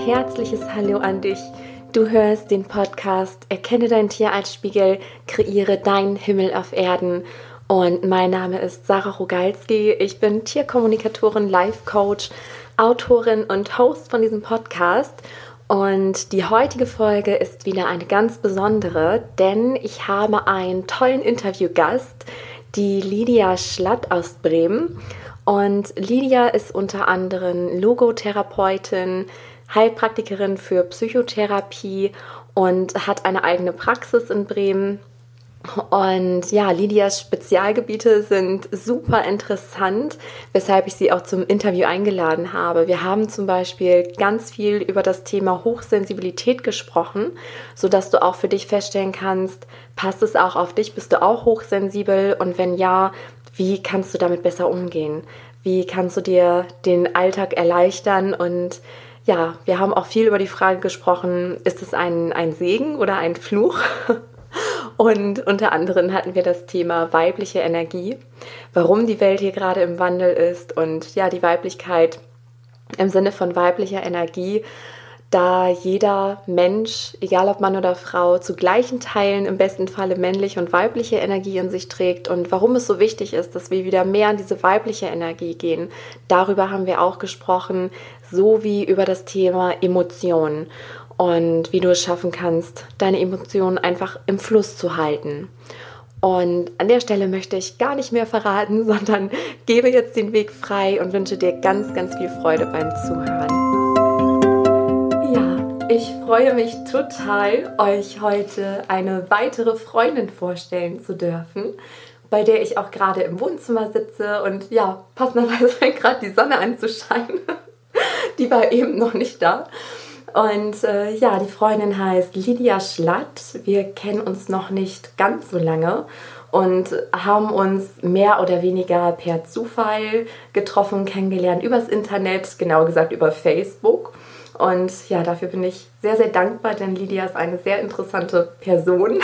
herzliches Hallo an dich. Du hörst den Podcast Erkenne dein Tier als Spiegel, kreiere deinen Himmel auf Erden. Und mein Name ist Sarah Rogalski. Ich bin Tierkommunikatorin, Life-Coach, Autorin und Host von diesem Podcast. Und die heutige Folge ist wieder eine ganz besondere, denn ich habe einen tollen Interviewgast, die Lydia Schlatt aus Bremen. Und Lydia ist unter anderem Logotherapeutin, Heilpraktikerin für Psychotherapie und hat eine eigene Praxis in Bremen. Und ja, Lydias Spezialgebiete sind super interessant, weshalb ich sie auch zum Interview eingeladen habe. Wir haben zum Beispiel ganz viel über das Thema Hochsensibilität gesprochen, sodass du auch für dich feststellen kannst, passt es auch auf dich, bist du auch hochsensibel und wenn ja, wie kannst du damit besser umgehen? Wie kannst du dir den Alltag erleichtern? Und ja, wir haben auch viel über die Frage gesprochen, ist es ein Segen oder ein Fluch? Und unter anderem hatten wir das Thema weibliche Energie, warum die Welt hier gerade im Wandel ist und ja, die Weiblichkeit im Sinne von weiblicher Energie, da jeder Mensch, egal ob Mann oder Frau, zu gleichen Teilen im besten Falle männliche und weibliche Energie in sich trägt und warum es so wichtig ist, dass wir wieder mehr an diese weibliche Energie gehen. Darüber haben wir auch gesprochen, sowie über das Thema Emotionen und wie du es schaffen kannst, deine Emotionen einfach im Fluss zu halten. Und an der Stelle möchte ich gar nicht mehr verraten, sondern gebe jetzt den Weg frei und wünsche dir ganz, ganz viel Freude beim Zuhören. Ich freue mich total, euch heute eine weitere Freundin vorstellen zu dürfen, bei der ich auch gerade im Wohnzimmer sitze und ja, passenderweise fängt gerade die Sonne an zu scheinen. Die war eben noch nicht da. Und ja, die Freundin heißt Lydia Schlatt. Wir kennen uns noch nicht ganz so lange und haben uns mehr oder weniger per Zufall getroffen, kennengelernt übers Internet, genauer gesagt über Facebook. Und ja, dafür bin ich sehr, sehr dankbar, denn Lydia ist eine sehr interessante Person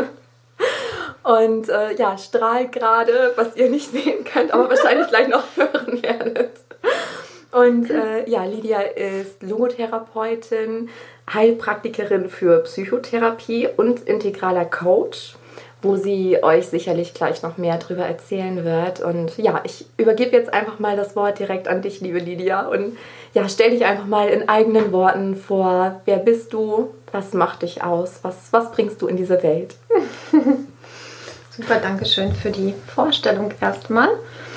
und ja, strahlt gerade, was ihr nicht sehen könnt, aber wahrscheinlich gleich noch hören werdet. Und ja, Lydia ist Logotherapeutin, Heilpraktikerin für Psychotherapie und integraler Coach, wo sie euch sicherlich gleich noch mehr darüber erzählen wird. Und ja, ich übergebe jetzt einfach mal das Wort direkt an dich, liebe Lydia. Und ja, stell dich einfach mal in eigenen Worten vor. Wer bist du? Was macht dich aus? Was bringst du in diese Welt? Super, danke schön für die Vorstellung erstmal.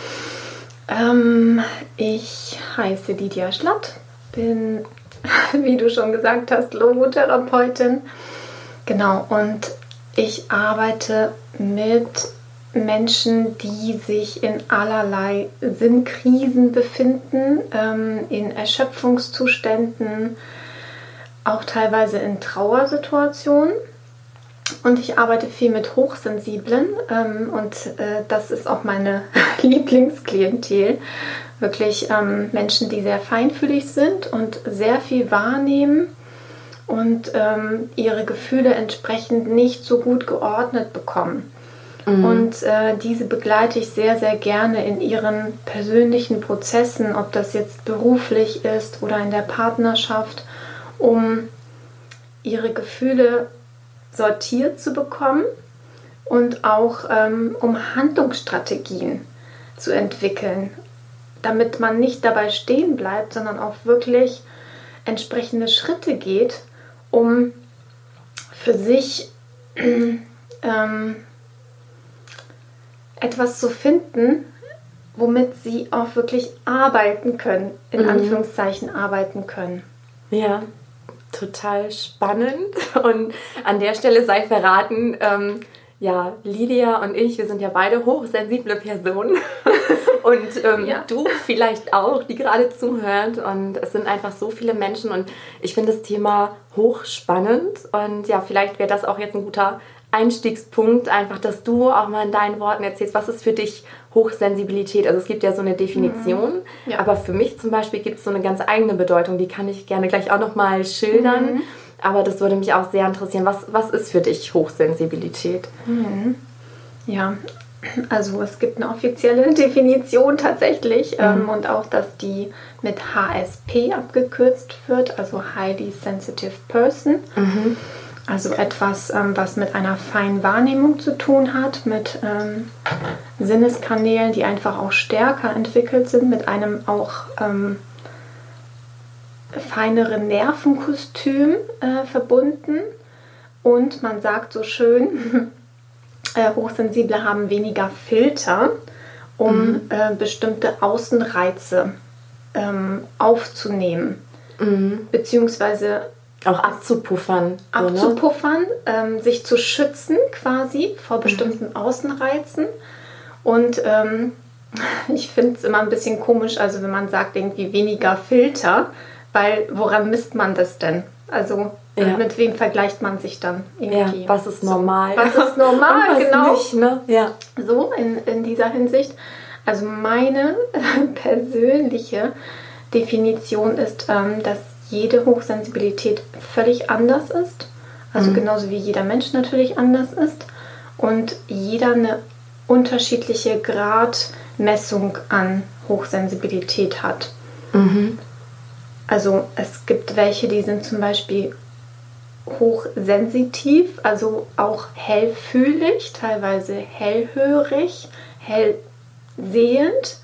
Ich heiße Lydia Schlatt, bin, wie du schon gesagt hast, Logotherapeutin. Genau, und ich arbeite mit Menschen, die sich in allerlei Sinnkrisen befinden, in Erschöpfungszuständen, auch teilweise in Trauersituationen. Und ich arbeite viel mit Hochsensiblen und das ist auch meine Lieblingsklientel. Wirklich Menschen, die sehr feinfühlig sind und sehr viel wahrnehmen und ihre Gefühle entsprechend nicht so gut geordnet bekommen. Mhm. Und diese begleite ich sehr, sehr gerne in ihren persönlichen Prozessen, ob das jetzt beruflich ist oder in der Partnerschaft, um ihre Gefühle sortiert zu bekommen und auch um Handlungsstrategien zu entwickeln, damit man nicht dabei stehen bleibt, sondern auch wirklich entsprechende Schritte geht, um für sich etwas zu finden, womit sie auch wirklich arbeiten können, in Anführungszeichen arbeiten können. Ja, total spannend. Und an der Stelle sei verraten, ja, Lydia und ich, wir sind ja beide hochsensible Personen. Und ja, du vielleicht auch, die gerade zuhört. Und es sind einfach so viele Menschen. Und ich finde das Thema hochspannend. Und ja, vielleicht wäre das auch jetzt ein guter Einstiegspunkt, einfach, dass du auch mal in deinen Worten erzählst, was ist für dich Hochsensibilität? Also es gibt ja so eine Definition, ja, aber für mich zum Beispiel gibt es so eine ganz eigene Bedeutung, die kann ich gerne gleich auch nochmal schildern, aber das würde mich auch sehr interessieren. Was ist für dich Hochsensibilität? Ja, Also es gibt eine offizielle Definition tatsächlich und auch, dass die mit HSP abgekürzt wird, also Highly Sensitive Person. Also etwas, was mit einer feinen Wahrnehmung zu tun hat, mit Sinneskanälen, die einfach auch stärker entwickelt sind, mit einem auch feineren Nervenkostüm verbunden. Und man sagt so schön, Hochsensible haben weniger Filter, um bestimmte Außenreize aufzunehmen, beziehungsweise auch abzupuffern. Abzupuffern, sich zu schützen quasi vor bestimmten Außenreizen. Und ich finde es immer ein bisschen komisch, also wenn man sagt irgendwie weniger Filter, weil woran misst man das denn? Also mit wem vergleicht man sich dann irgendwie? Ja, was ist normal? Was ist normal, was genau. Nicht, ne? Ja. So in dieser Hinsicht. Also meine persönliche Definition ist, dass jede Hochsensibilität völlig anders ist. Also genauso wie jeder Mensch natürlich anders ist. Und jeder eine unterschiedliche Gradmessung an Hochsensibilität hat. Also es gibt welche, die sind zum Beispiel hochsensitiv, also auch hellfühlig, teilweise hellhörig, hellsehend.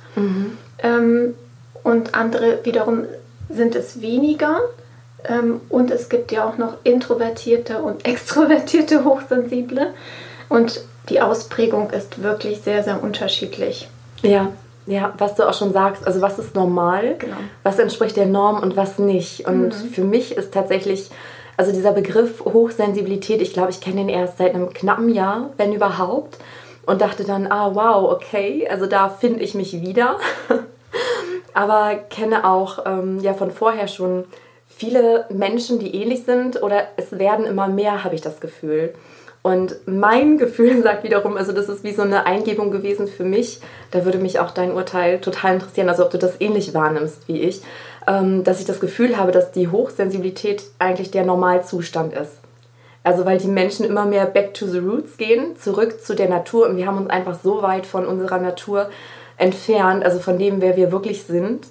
Und andere wiederum sind es weniger. Und es gibt ja auch noch introvertierte und extrovertierte Hochsensible. Und die Ausprägung ist wirklich sehr, sehr unterschiedlich. Ja, was du auch schon sagst, also was ist normal, was entspricht der Norm und was nicht. Und für mich ist tatsächlich, also dieser Begriff Hochsensibilität, ich glaube, ich kenne den erst seit einem knappen Jahr, wenn überhaupt. Und dachte dann, wow, okay, also da finde ich mich wieder. Aber kenne auch von vorher schon viele Menschen, die ähnlich sind oder es werden immer mehr, habe ich das Gefühl. Und mein Gefühl sagt wiederum, also das ist wie so eine Eingebung gewesen für mich, da würde mich auch dein Urteil total interessieren, also ob du das ähnlich wahrnimmst wie ich, dass ich das Gefühl habe, dass die Hochsensibilität eigentlich der Normalzustand ist. Also weil die Menschen immer mehr back to the roots gehen, zurück zu der Natur und wir haben uns einfach so weit von unserer Natur entfernt, also von dem, wer wir wirklich sind,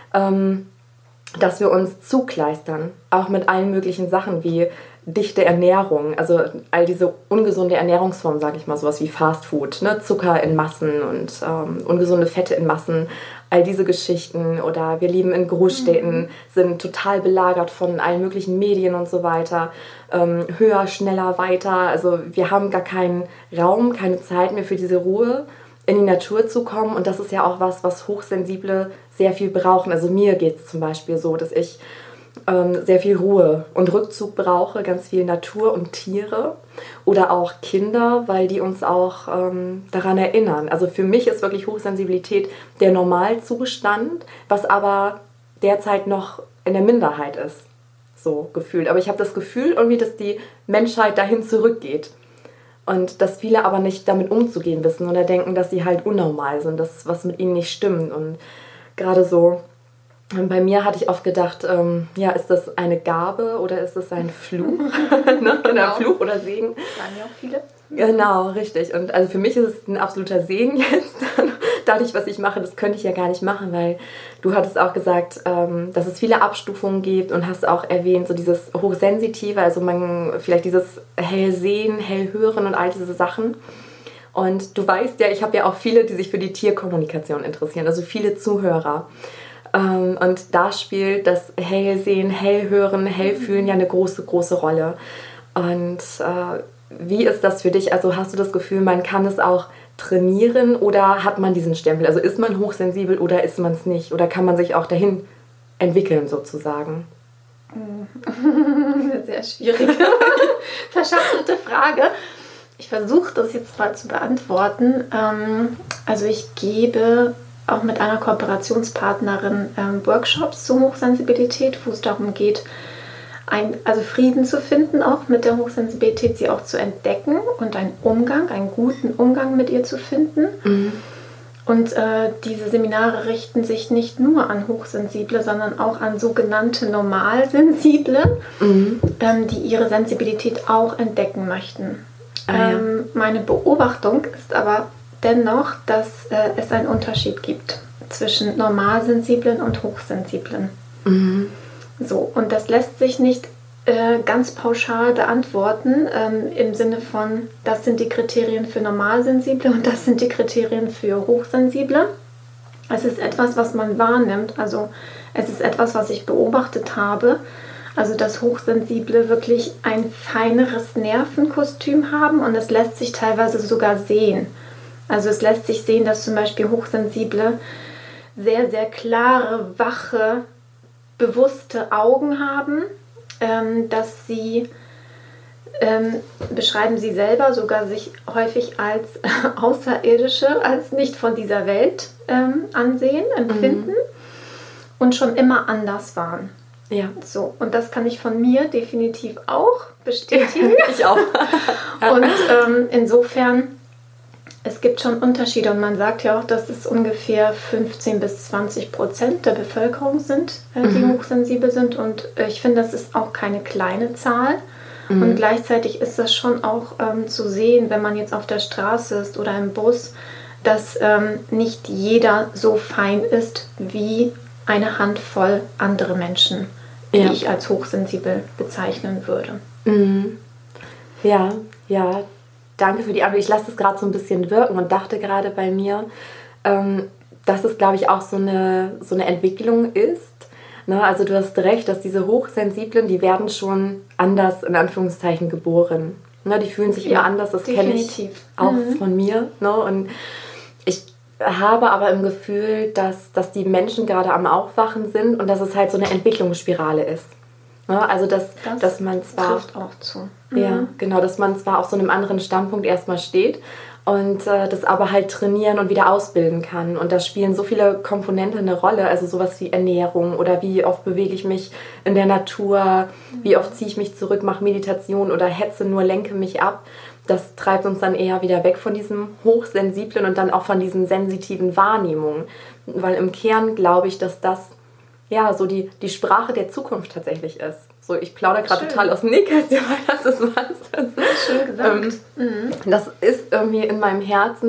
dass wir uns zukleistern, auch mit allen möglichen Sachen wie dichte Ernährung, also all diese ungesunde Ernährungsformen, sage ich mal, sowas wie Fast Food, ne? Zucker in Massen und ungesunde Fette in Massen, all diese Geschichten oder wir leben in Großstädten, sind total belagert von allen möglichen Medien und so weiter, höher, schneller, weiter, also wir haben gar keinen Raum, keine Zeit mehr für diese Ruhe, in die Natur zu kommen und das ist ja auch was Hochsensible sehr viel brauchen, also mir geht es zum Beispiel so, dass ich sehr viel Ruhe und Rückzug brauche, ganz viel Natur und Tiere oder auch Kinder, weil die uns auch daran erinnern. Also für mich ist wirklich Hochsensibilität der Normalzustand, was aber derzeit noch in der Minderheit ist, so gefühlt. Aber ich habe das Gefühl irgendwie, dass die Menschheit dahin zurückgeht und dass viele aber nicht damit umzugehen wissen oder denken, dass sie halt unnormal sind, dass was mit ihnen nicht stimmt und gerade so. Bei mir hatte ich oft gedacht, ist das eine Gabe oder ist das ein Fluch? Ne? Genau. Fluch oder Segen. Das sagen ja auch viele. Genau, richtig. Und also für mich ist es ein absoluter Segen jetzt. Dadurch, was ich mache, das könnte ich ja gar nicht machen, weil du hattest auch gesagt, dass es viele Abstufungen gibt und hast auch erwähnt, so dieses Hochsensitive, also vielleicht dieses Hellsehen, Hellhören und all diese Sachen. Und du weißt ja, ich habe ja auch viele, die sich für die Tierkommunikation interessieren, also viele Zuhörer. Und da spielt das Hellsehen, Hellhören, Hellfühlen ja eine große, große Rolle. Und wie ist das für dich? Also hast du das Gefühl, man kann es auch trainieren oder hat man diesen Stempel? Also ist man hochsensibel oder ist man es nicht? Oder kann man sich auch dahin entwickeln sozusagen? Eine sehr schwierige, verschachtelte Frage. Ich versuche das jetzt mal zu beantworten. Also ich gebe auch mit einer Kooperationspartnerin Workshops zur Hochsensibilität, wo es darum geht, Frieden zu finden, auch mit der Hochsensibilität, sie auch zu entdecken und einen guten Umgang mit ihr zu finden. Und diese Seminare richten sich nicht nur an Hochsensible, sondern auch an sogenannte Normalsensible, die ihre Sensibilität auch entdecken möchten. Meine Beobachtung ist aber dennoch, dass es einen Unterschied gibt zwischen Normalsensiblen und Hochsensiblen. Mhm. So, und das lässt sich nicht ganz pauschal beantworten, im Sinne von, das sind die Kriterien für Normalsensible und das sind die Kriterien für Hochsensible. Es ist etwas, was man wahrnimmt, also es ist etwas, was ich beobachtet habe, also dass Hochsensible wirklich ein feineres Nervenkostüm haben und es lässt sich teilweise sogar sehen. Also es lässt sich sehen, dass zum Beispiel Hochsensible sehr, sehr klare, wache, bewusste Augen haben, dass sie, beschreiben sie selber, sogar sich häufig als Außerirdische, als nicht von dieser Welt ansehen, empfinden und schon immer anders waren. Ja. So, und das kann ich von mir definitiv auch bestätigen. Ich auch. Und insofern, es gibt schon Unterschiede und man sagt ja auch, dass es ungefähr 15-20% der Bevölkerung sind, die hochsensibel sind und ich finde, das ist auch keine kleine Zahl und gleichzeitig ist das schon auch zu sehen, wenn man jetzt auf der Straße ist oder im Bus, dass nicht jeder so fein ist wie eine Handvoll andere Menschen, die ich als hochsensibel bezeichnen würde. Mhm. Ja, ja. Danke für die Antwort. Ich lasse es gerade so ein bisschen wirken und dachte gerade bei mir, dass es, glaube ich, auch so eine Entwicklung ist. Ne? Also du hast recht, dass diese Hochsensiblen, die werden schon anders, in Anführungszeichen, geboren. Ne? Die fühlen sich immer anders, das kenne ich auch von mir. Ne? Und ich habe aber im Gefühl, dass die Menschen gerade am Aufwachen sind und dass es halt so eine Entwicklungsspirale ist. Ne? Also dass man zwar... trifft auch zu. Ja, genau, dass man zwar auf so einem anderen Standpunkt erstmal steht und das aber halt trainieren und wieder ausbilden kann. Und da spielen so viele Komponenten eine Rolle, also sowas wie Ernährung oder wie oft bewege ich mich in der Natur, wie oft ziehe ich mich zurück, mache Meditation oder hetze nur, lenke mich ab. Das treibt uns dann eher wieder weg von diesem Hochsensiblen und dann auch von diesen sensitiven Wahrnehmungen. Weil im Kern glaube ich, dass das ja so die Sprache der Zukunft tatsächlich ist. So, ich plaudere gerade total aus dem Nähkästchen, weil das ist was. Schön gesagt. Das ist irgendwie in meinem Herzen,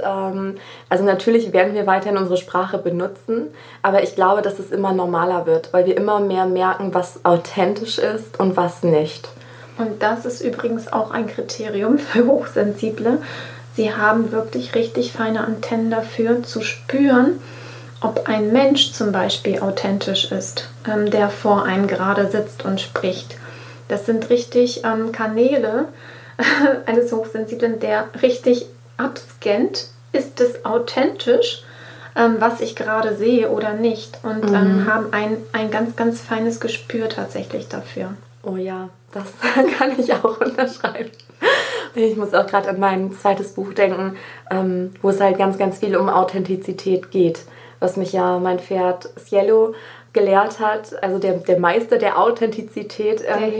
also natürlich werden wir weiterhin unsere Sprache benutzen, aber ich glaube, dass es immer normaler wird, weil wir immer mehr merken, was authentisch ist und was nicht. Und das ist übrigens auch ein Kriterium für Hochsensible. Sie haben wirklich richtig feine Antennen dafür, zu spüren, ob ein Mensch zum Beispiel authentisch ist, der vor einem gerade sitzt und spricht. Das sind richtig Kanäle eines Hochsensiblen, der richtig abscannt, ist es authentisch, was ich gerade sehe oder nicht. Und haben ein ganz, ganz feines Gespür tatsächlich dafür. Oh ja, das kann ich auch unterschreiben. Ich muss auch gerade an mein zweites Buch denken, wo es halt ganz, ganz viel um Authentizität geht. Was mich ja mein Pferd Cielo gelehrt hat, also der Meister der Authentizität.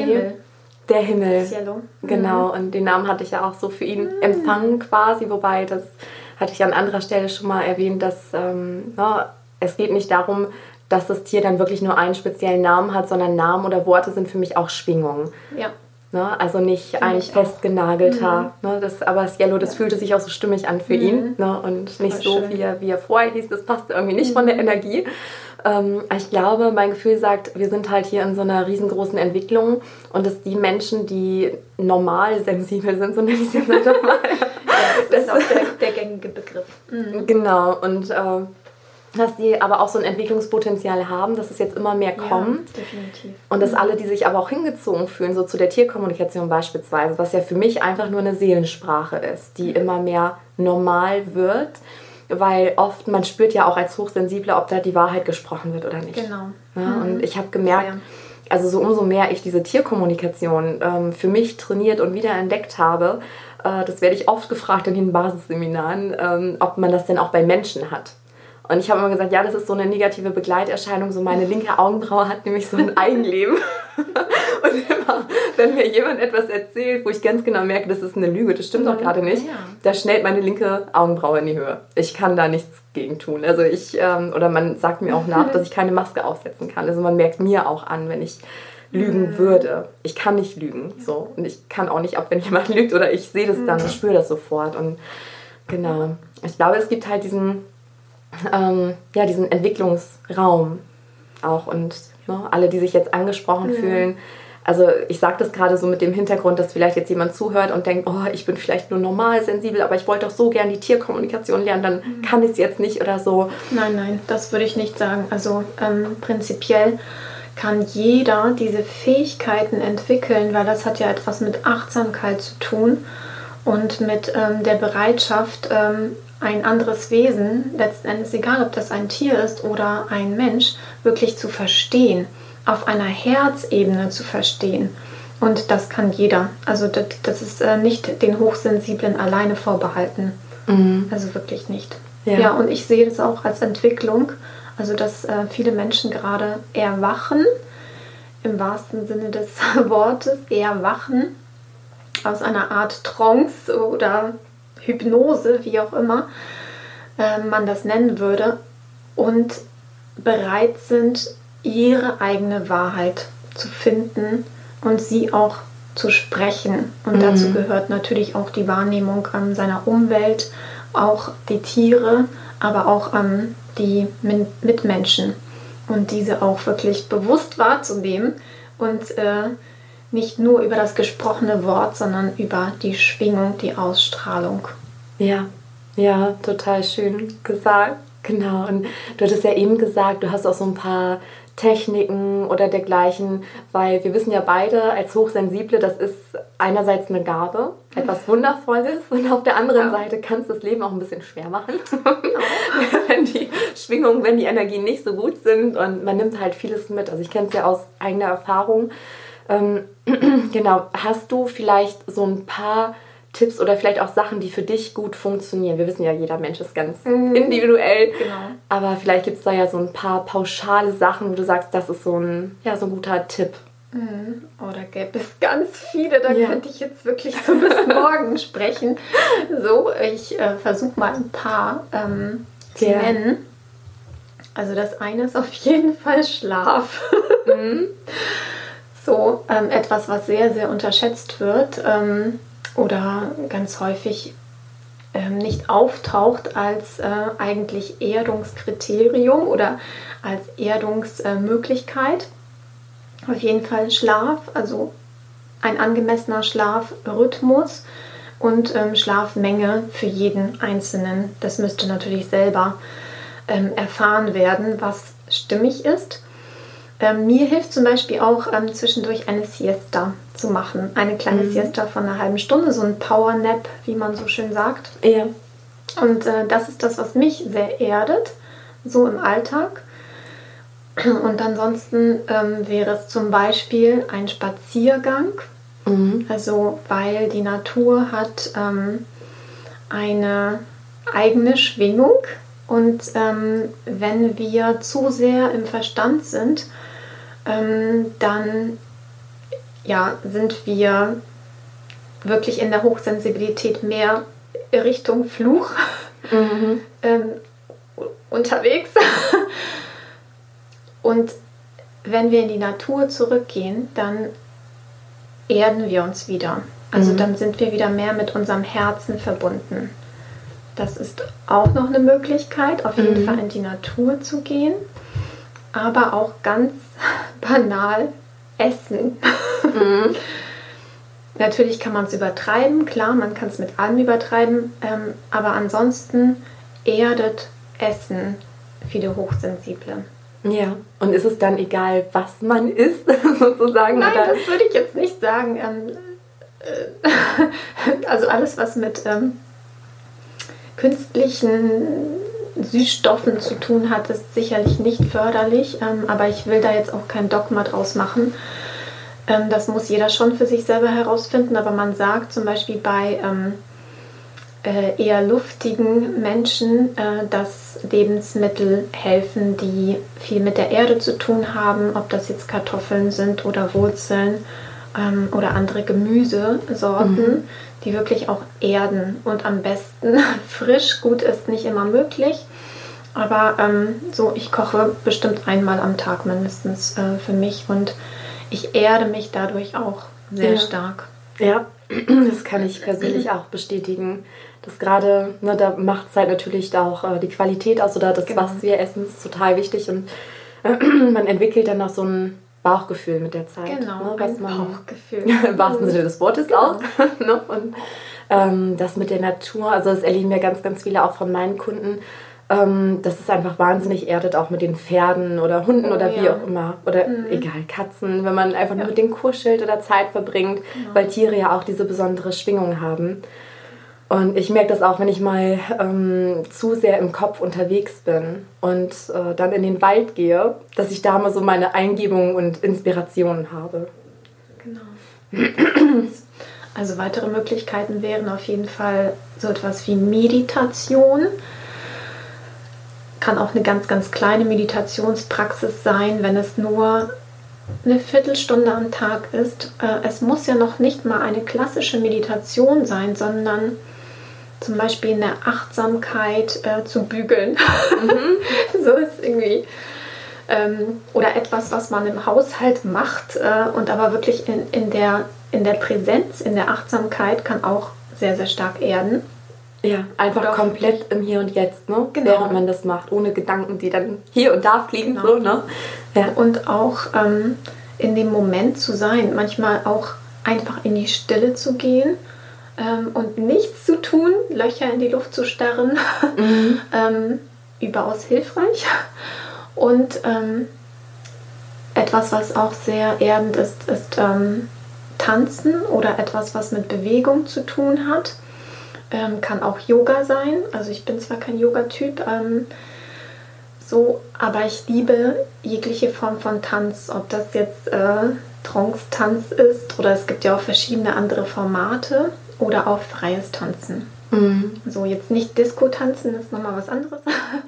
Der Himmel. Cielo. Genau, und den Namen hatte ich ja auch so für ihn empfangen quasi, wobei das hatte ich an anderer Stelle schon mal erwähnt, dass es geht nicht darum, dass das Tier dann wirklich nur einen speziellen Namen hat, sondern Namen oder Worte sind für mich auch Schwingungen. Ja. Ne? Also nicht ein festgenagelter. Ne? Aber Cielo, das fühlte sich auch so stimmig an für ihn. Ne? Und nicht so, wie er vorher hieß. Das passte irgendwie nicht von der Energie. Ich glaube, mein Gefühl sagt, wir sind halt hier in so einer riesengroßen Entwicklung und dass die Menschen, die normal sensibel sind, so nenne ich es jetzt einfach mal. Das ist auch der gängige Begriff. Genau. Und dass die aber auch so ein Entwicklungspotenzial haben, dass es jetzt immer mehr kommt. Ja, definitiv. Und dass alle, die sich aber auch hingezogen fühlen, so zu der Tierkommunikation beispielsweise, was ja für mich einfach nur eine Seelensprache ist, die immer mehr normal wird, weil oft, man spürt ja auch als Hochsensibler, ob da die Wahrheit gesprochen wird oder nicht. Genau. Ja, und ich habe gemerkt, also so umso mehr ich diese Tierkommunikation für mich trainiert und wiederentdeckt habe, das werde ich oft gefragt in den Basisseminaren, ob man das denn auch bei Menschen hat. Und ich habe immer gesagt, ja, das ist so eine negative Begleiterscheinung. So meine linke Augenbraue hat nämlich so ein Eigenleben. Und immer, wenn mir jemand etwas erzählt, wo ich ganz genau merke, das ist eine Lüge, das stimmt doch gerade nicht, da schnellt meine linke Augenbraue in die Höhe. Ich kann da nichts gegen tun. Also oder man sagt mir auch nach, dass ich keine Maske aufsetzen kann. Also man merkt mir auch an, wenn ich lügen würde. Ich kann nicht lügen. So. Und ich kann auch nicht ab, wenn jemand lügt oder ich sehe das dann, ich spüre das sofort. Und genau. ich glaube, es gibt halt diesen Entwicklungsraum auch und alle, die sich jetzt angesprochen fühlen. Also ich sage das gerade so mit dem Hintergrund, dass vielleicht jetzt jemand zuhört und denkt, oh, ich bin vielleicht nur normal sensibel, aber ich wollte doch so gern die Tierkommunikation lernen, dann kann ich es jetzt nicht oder so. Nein, das würde ich nicht sagen. Also prinzipiell kann jeder diese Fähigkeiten entwickeln, weil das hat ja etwas mit Achtsamkeit zu tun und mit der Bereitschaft, ein anderes Wesen, letzten Endes egal, ob das ein Tier ist oder ein Mensch, wirklich zu verstehen, auf einer Herzebene zu verstehen. Und das kann jeder. Also das ist nicht den Hochsensiblen alleine vorbehalten. Also wirklich nicht. Ja, und ich sehe das auch als Entwicklung, also dass viele Menschen gerade erwachen, im wahrsten Sinne des Wortes, erwachen aus einer Art Trance oder Hypnose, wie auch immer man das nennen würde, und bereit sind, ihre eigene Wahrheit zu finden und sie auch zu sprechen. Und dazu gehört natürlich auch die Wahrnehmung seiner Umwelt, auch die Tiere, aber auch die Mitmenschen. Und diese auch wirklich bewusst wahrzunehmen und nicht nur über das gesprochene Wort, sondern über die Schwingung, die Ausstrahlung. Ja, total schön gesagt. Genau, und du hattest ja eben gesagt, du hast auch so ein paar Techniken oder dergleichen, weil wir wissen ja beide als Hochsensible, das ist einerseits eine Gabe, etwas Wundervolles, und auf der anderen Seite kann es das Leben auch ein bisschen schwer machen, wenn die Schwingungen, wenn die Energien nicht so gut sind, und man nimmt halt vieles mit. Also ich kenne es ja aus eigener Erfahrung. Genau, hast du vielleicht so ein paar Tipps oder vielleicht auch Sachen, die für dich gut funktionieren? Wir wissen ja, jeder Mensch ist ganz individuell, aber vielleicht gibt es da ja so ein paar pauschale Sachen, wo du sagst, das ist so ein guter Tipp. Oh, da gäbe es ganz viele, da könnte ich jetzt wirklich so bis morgen sprechen. So, ich versuche mal ein paar zu nennen. Also das eine ist auf jeden Fall Schlaf. So, etwas, was sehr, sehr unterschätzt wird oder ganz häufig nicht auftaucht als eigentlich Erdungskriterium oder als Erdungsmöglichkeit. Auf jeden Fall Schlaf, also ein angemessener Schlafrhythmus und Schlafmenge für jeden Einzelnen. Das müsste natürlich selber erfahren werden, was stimmig ist. Mir hilft zum Beispiel auch zwischendurch eine Siesta zu machen. Eine kleine Siesta von einer halben Stunde, so ein Powernap, wie man so schön sagt. Ja. Und das ist das, was mich sehr erdet, so im Alltag. Und ansonsten wäre es zum Beispiel ein Spaziergang. Also weil die Natur hat eine eigene Schwingung. Und wenn wir zu sehr im Verstand sind, dann sind wir wirklich in der Hochsensibilität mehr Richtung Fluch unterwegs. Und wenn wir in die Natur zurückgehen, dann erden wir uns wieder. Also dann sind wir wieder mehr mit unserem Herzen verbunden. Das ist auch noch eine Möglichkeit, auf jeden Fall in die Natur zu gehen, aber auch ganz banal essen. Natürlich kann man es übertreiben, klar, man kann es mit allem übertreiben, aber ansonsten erdet Essen viele Hochsensible. Ja, und ist es dann egal, was man isst, sozusagen? Nein, oder? das würde ich jetzt nicht sagen. Also alles, was mit künstlichen Süßstoffen zu tun hat, ist sicherlich nicht förderlich, aber ich will da jetzt auch kein Dogma draus machen. Das muss jeder schon für sich selber herausfinden, aber man sagt zum Beispiel bei eher luftigen Menschen, dass Lebensmittel helfen, die viel mit der Erde zu tun haben, ob das jetzt Kartoffeln sind oder Wurzeln oder andere Gemüsesorten, die wirklich auch erden und am besten frisch. Gut ist nicht immer möglich, aber ich koche bestimmt einmal am Tag mindestens für mich und ich erde mich dadurch auch sehr stark. Ja, das kann ich persönlich auch bestätigen, Das gerade, ne, da macht es halt natürlich auch die Qualität aus oder das, was wir essen, ist total wichtig und man entwickelt dann auch so ein Bauchgefühl mit der Zeit. Genau, ne, was ein man Bauchgefühl. im wahrsten Sinne des Wortes auch. Ne? Und das mit der Natur, also das erleben ja ganz, ganz viele auch von meinen Kunden, dass es einfach wahnsinnig erdet, auch mit den Pferden oder Hunden oder wie auch immer. Oder egal, Katzen, wenn man einfach nur mit denen kuschelt oder Zeit verbringt, weil Tiere ja auch diese besondere Schwingung haben. Und ich merke das auch, wenn ich mal zu sehr im Kopf unterwegs bin und dann in den Wald gehe, dass ich da mal so meine Eingebungen und Inspirationen habe. Genau. Also weitere Möglichkeiten wären auf jeden Fall so etwas wie Meditation. Kann auch eine ganz, ganz kleine Meditationspraxis sein, wenn es nur eine Viertelstunde am Tag ist. Es muss ja noch nicht mal eine klassische Meditation sein, sondern zum Beispiel in der Achtsamkeit zu bügeln. So ist irgendwie. Oder etwas, was man im Haushalt macht und aber wirklich in der Präsenz, in der Achtsamkeit kann auch sehr, sehr stark erden. Ja, einfach oder komplett im Hier und Jetzt, ne? Genau. Während man das macht, ohne Gedanken, die dann hier und da fliegen. Genau. So, ne? Ja. Und auch in dem Moment zu sein, manchmal auch einfach in die Stille zu gehen und nichts zu tun, Löcher in die Luft zu starren, überaus hilfreich. Und etwas, was auch sehr erdend ist Tanzen oder etwas, was mit Bewegung zu tun hat. Kann auch Yoga sein. Also ich bin zwar kein Yoga-Typ, aber ich liebe jegliche Form von Tanz. Ob das jetzt Trance-Tanz ist oder es gibt ja auch verschiedene andere Formate oder auch freies Tanzen. So, jetzt nicht Disco-Tanzen, das ist nochmal was anderes.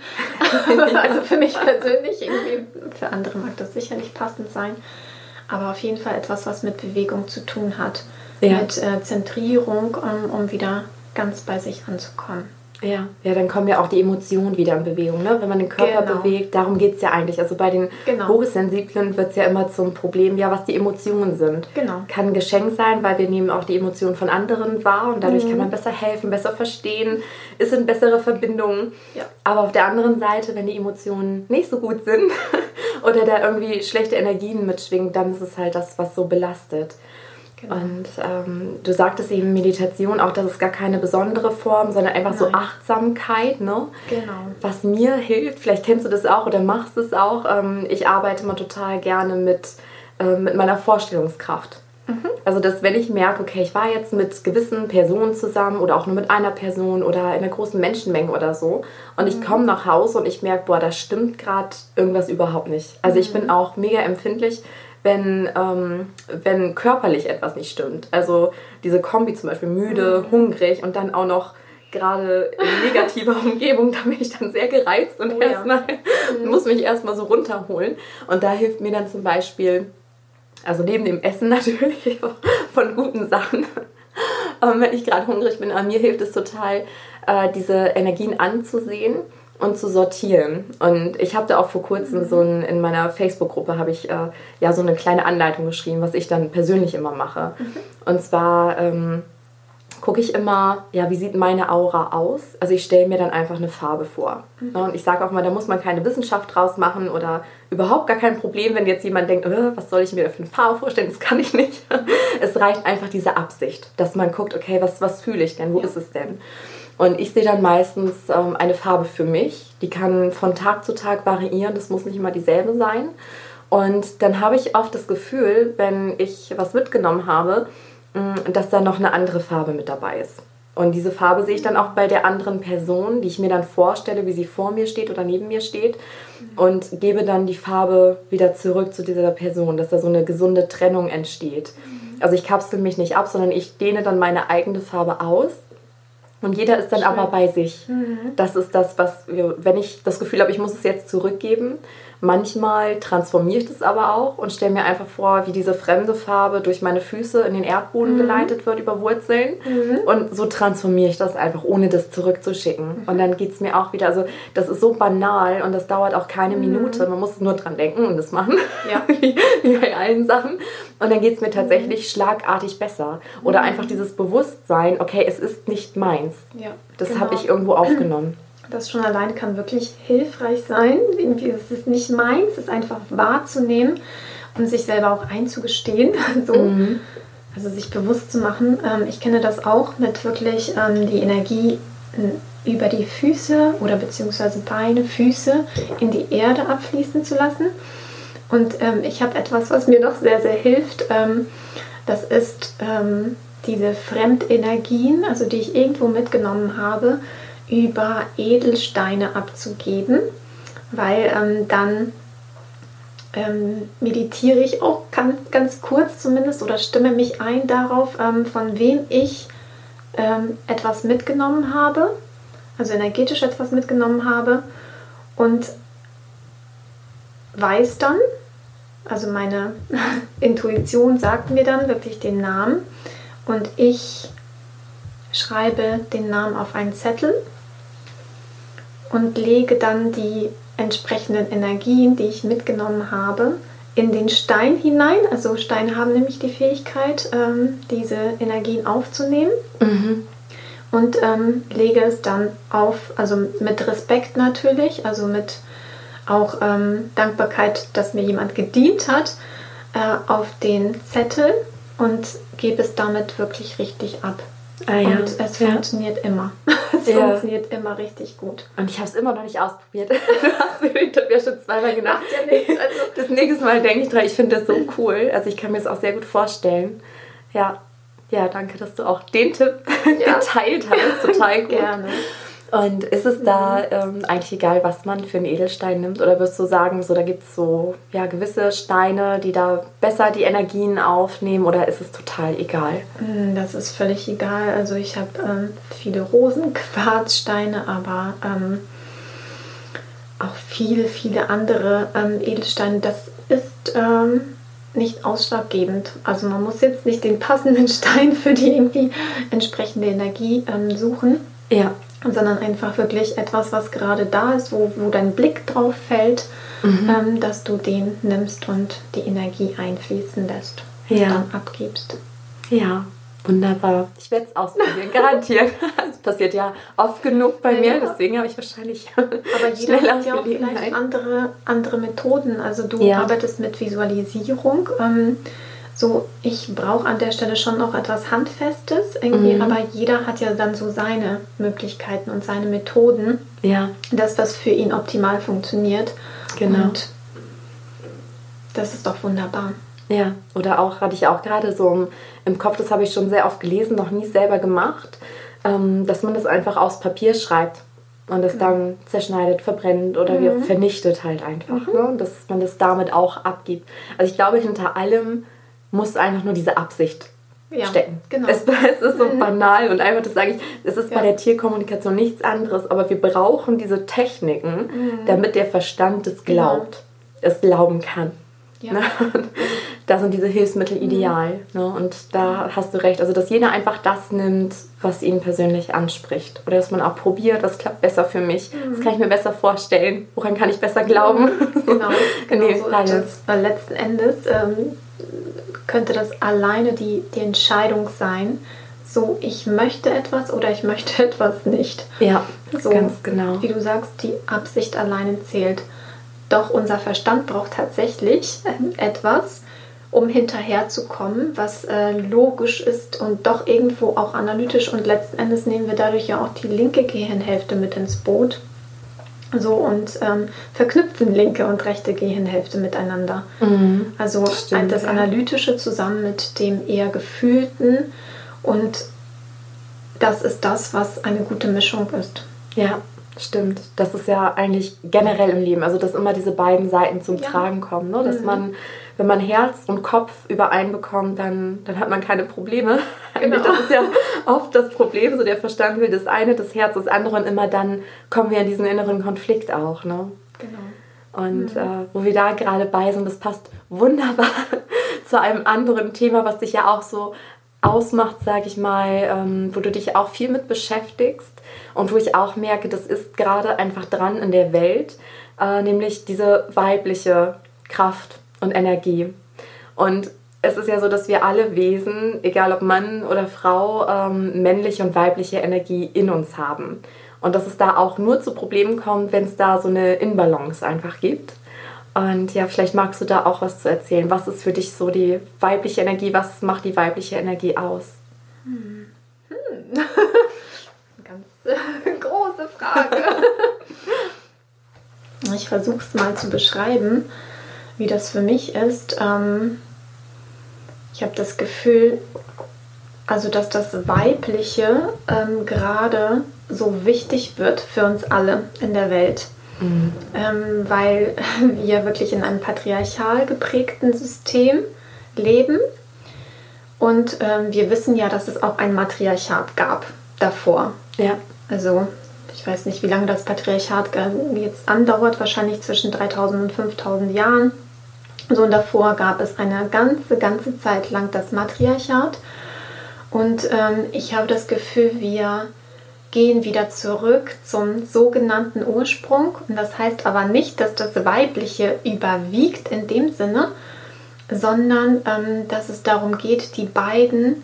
Also für mich persönlich, irgendwie, für andere mag das sicherlich passend sein. Aber auf jeden Fall etwas, was mit Bewegung zu tun hat. Ja. Mit Zentrierung, um wieder ganz bei sich anzukommen. Ja, dann kommen ja auch die Emotionen wieder in Bewegung, ne? Wenn man den Körper bewegt, darum geht es ja eigentlich. Also bei den Hochsensiblen wird es ja immer zum Problem, ja, was die Emotionen sind. Genau. Kann ein Geschenk sein, weil wir nehmen auch die Emotionen von anderen wahr und dadurch kann man besser helfen, besser verstehen, es sind bessere Verbindungen. Ja. Aber auf der anderen Seite, wenn die Emotionen nicht so gut sind oder da irgendwie schlechte Energien mitschwingen, dann ist es halt das, was so belastet. Genau. Und du sagtest eben Meditation, auch das ist gar keine besondere Form, sondern einfach so Achtsamkeit, ne? Genau. Was mir hilft, vielleicht kennst du das auch oder machst es auch, ich arbeite mal total gerne mit meiner Vorstellungskraft. Also dass wenn ich merke, okay, ich war jetzt mit gewissen Personen zusammen oder auch nur mit einer Person oder in einer großen Menschenmenge oder so und ich komme nach Hause und ich merke, boah, da stimmt gerade irgendwas überhaupt nicht. Also ich bin auch mega empfindlich, wenn körperlich etwas nicht stimmt. Also diese Kombi zum Beispiel müde, hungrig und dann auch noch gerade in negativer Umgebung, da bin ich dann sehr gereizt und muss mich erstmal so runterholen. Und da hilft mir dann zum Beispiel, also neben dem Essen natürlich von guten Sachen, wenn ich gerade hungrig bin, mir hilft es total, diese Energien anzusehen und zu sortieren. Und ich habe da auch vor kurzem in meiner Facebook-Gruppe habe ich so eine kleine Anleitung geschrieben, was ich dann persönlich immer mache. Und zwar gucke ich immer, wie sieht meine Aura aus? Also ich stelle mir dann einfach eine Farbe vor. Und ich sage auch mal, da muss man keine Wissenschaft draus machen oder überhaupt gar kein Problem, wenn jetzt jemand denkt, was soll ich mir da für eine Farbe vorstellen? Das kann ich nicht. Es reicht einfach diese Absicht, dass man guckt, okay, was fühle ich denn? Wo ist es denn? Und ich sehe dann meistens eine Farbe für mich. Die kann von Tag zu Tag variieren. Das muss nicht immer dieselbe sein. Und dann habe ich oft das Gefühl, wenn ich was mitgenommen habe, dass da noch eine andere Farbe mit dabei ist. Und diese Farbe sehe ich dann auch bei der anderen Person, die ich mir dann vorstelle, wie sie vor mir steht oder neben mir steht. Und gebe dann die Farbe wieder zurück zu dieser Person, dass da so eine gesunde Trennung entsteht. Also ich kapsel mich nicht ab, sondern ich dehne dann meine eigene Farbe aus. Und jeder ist dann aber bei sich. Das ist das, was, wenn ich das Gefühl habe, ich muss es jetzt zurückgeben, manchmal transformiere ich das aber auch und stelle mir einfach vor, wie diese fremde Farbe durch meine Füße in den Erdboden geleitet wird, über Wurzeln. Und so transformiere ich das einfach, ohne das zurückzuschicken. Und dann geht es mir auch wieder, also das ist so banal und das dauert auch keine Minute. Man muss nur dran denken und das machen, wie bei allen Sachen. und dann geht es mir tatsächlich schlagartig besser. Oder einfach dieses Bewusstsein, okay, es ist nicht meins. Ja, das habe ich irgendwo aufgenommen. Das schon allein kann wirklich hilfreich sein. Irgendwie, es ist nicht meins, es einfach wahrzunehmen und sich selber auch einzugestehen. Also sich bewusst zu machen. Ich kenne das auch mit wirklich die Energie über die Füße oder beziehungsweise Beine, Füße in die Erde abfließen zu lassen. Und ich habe etwas, was mir noch sehr, sehr hilft. Das ist diese Fremdenergien, also die ich irgendwo mitgenommen habe, über Edelsteine abzugeben, weil dann meditiere ich auch ganz kurz zumindest oder stimme mich ein darauf, von wem ich etwas mitgenommen habe, also energetisch etwas mitgenommen habe und weiß dann, also meine Intuition sagt mir dann wirklich den Namen und ich schreibe den Namen auf einen Zettel und lege dann die entsprechenden Energien, die ich mitgenommen habe, in den Stein hinein. Also Steine haben nämlich die Fähigkeit, diese Energien aufzunehmen. Und lege es dann auf, also mit Respekt natürlich, also mit auch Dankbarkeit, dass mir jemand gedient hat, auf den Zettel und gebe es damit wirklich richtig ab. Und es funktioniert immer. Es funktioniert immer richtig gut. Und ich habe es immer noch nicht ausprobiert. Ich habe ja schon zweimal gedacht. Macht ja nichts. Also das nächste Mal denke ich dran, ich finde das so cool. Also ich kann mir das auch sehr gut vorstellen. Ja, danke, dass du auch den Tipp geteilt hast. Total gut. Gerne. Und ist es da eigentlich egal, was man für einen Edelstein nimmt? Oder würdest du sagen, so, da gibt es so gewisse Steine, die da besser die Energien aufnehmen? Oder ist es total egal? Das ist völlig egal. Also ich habe viele Rosenquarzsteine, aber auch viele andere Edelsteine. Das ist nicht ausschlaggebend. Also man muss jetzt nicht den passenden Stein für die irgendwie entsprechende Energie suchen. Ja. Sondern einfach wirklich etwas, was gerade da ist, wo dein Blick drauf fällt, dass du den nimmst und die Energie einfließen lässt und dann abgibst. Ja, wunderbar. Ich werde es ausprobieren, garantiert. Das passiert ja oft genug bei mir, deswegen habe ich wahrscheinlich aber jeder hat ja auch vielleicht andere Methoden. Also du arbeitest mit Visualisierung. So, ich brauche an der Stelle schon noch etwas Handfestes irgendwie, aber jeder hat ja dann so seine Möglichkeiten und seine Methoden. Ja. Das, was für ihn optimal funktioniert. Genau. Und das ist doch wunderbar. Ja, oder auch, hatte ich auch gerade so im Kopf, das habe ich schon sehr oft gelesen, noch nie selber gemacht, dass man das einfach aufs Papier schreibt und es dann zerschneidet, verbrennt oder wie auch vernichtet halt einfach. Ne? Dass man das damit auch abgibt. Also ich glaube, hinter allem muss einfach nur diese Absicht stecken. Genau. Es ist so banal und einfach, das sage ich, es ist bei der Tierkommunikation nichts anderes, aber wir brauchen diese Techniken, damit der Verstand es glaubt, es glauben kann. Ja. Ne? Da sind diese Hilfsmittel ideal. Ne? Und da hast du recht, also dass jeder einfach das nimmt, was ihn persönlich anspricht. Oder dass man auch probiert, das klappt besser für mich, das kann ich mir besser vorstellen, woran kann ich besser glauben. Genau so ist es. Weil letzten Endes könnte das alleine die Entscheidung sein, so ich möchte etwas oder ich möchte etwas nicht. Ja, so, ganz genau. Wie du sagst, die Absicht alleine zählt. Doch unser Verstand braucht tatsächlich etwas, um hinterherzukommen, was logisch ist und doch irgendwo auch analytisch. Und letzten Endes nehmen wir dadurch ja auch die linke Gehirnhälfte mit ins Boot. So und verknüpfen linke und rechte Gehirnhälfte miteinander. Also stimmt, das Analytische zusammen mit dem eher Gefühlten und das ist das, was eine gute Mischung ist. Ja, stimmt. Das ist ja eigentlich generell im Leben, also dass immer diese beiden Seiten zum Tragen kommen, ne? Dass man, wenn man Herz und Kopf übereinbekommt, dann hat man keine Probleme. Genau. Das ist ja oft das Problem, so der Verstand will das eine, das Herz das andere und immer dann kommen wir in diesen inneren Konflikt auch. Ne? Genau. Und wo wir da gerade bei sind, das passt wunderbar zu einem anderen Thema, was dich ja auch so ausmacht, sage ich mal, wo du dich auch viel mit beschäftigst und wo ich auch merke, das ist gerade einfach dran in der Welt, nämlich diese weibliche Kraft und Energie. Und es ist ja so, dass wir alle Wesen, egal ob Mann oder Frau, männliche und weibliche Energie in uns haben. Und dass es da auch nur zu Problemen kommt, wenn es da so eine Inbalance einfach gibt. Und ja, vielleicht magst du da auch was zu erzählen. Was ist für dich so die weibliche Energie? Was macht die weibliche Energie aus? Ganz große Frage. Ich versuche es mal zu beschreiben, wie das für mich ist. Ich habe das Gefühl, also dass das Weibliche gerade so wichtig wird für uns alle in der Welt. Weil wir wirklich in einem patriarchal geprägten System leben. Und wir wissen ja, dass es auch ein Matriarchat gab davor. Ja. Also ich weiß nicht, wie lange das Patriarchat jetzt andauert, wahrscheinlich zwischen 3000 und 5000 Jahren. So, und davor gab es eine ganze Zeit lang das Matriarchat. Und ich habe das Gefühl, wir gehen wieder zurück zum sogenannten Ursprung. Und das heißt aber nicht, dass das Weibliche überwiegt in dem Sinne, sondern dass es darum geht, die beiden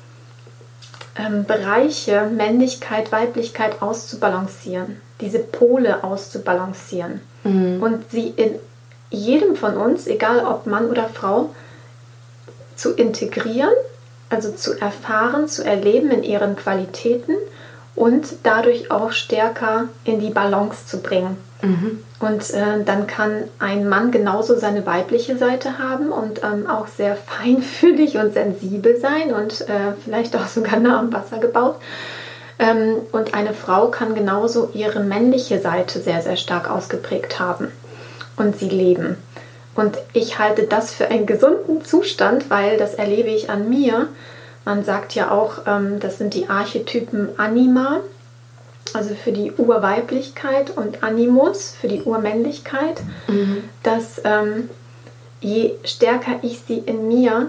Bereiche Männlichkeit, Weiblichkeit auszubalancieren, diese Pole auszubalancieren und sie in jedem von uns, egal ob Mann oder Frau, zu integrieren, also zu erfahren, zu erleben in ihren Qualitäten und dadurch auch stärker in die Balance zu bringen. Und dann kann ein Mann genauso seine weibliche Seite haben und auch sehr feinfühlig und sensibel sein und vielleicht auch sogar nah am Wasser gebaut. Und eine Frau kann genauso ihre männliche Seite sehr, sehr stark ausgeprägt haben und sie leben. Und ich halte das für einen gesunden Zustand, weil das erlebe ich an mir. Man sagt ja auch, das sind die Archetypen Anima, also für die Urweiblichkeit, und Animus für die Urmännlichkeit, dass je stärker ich sie in mir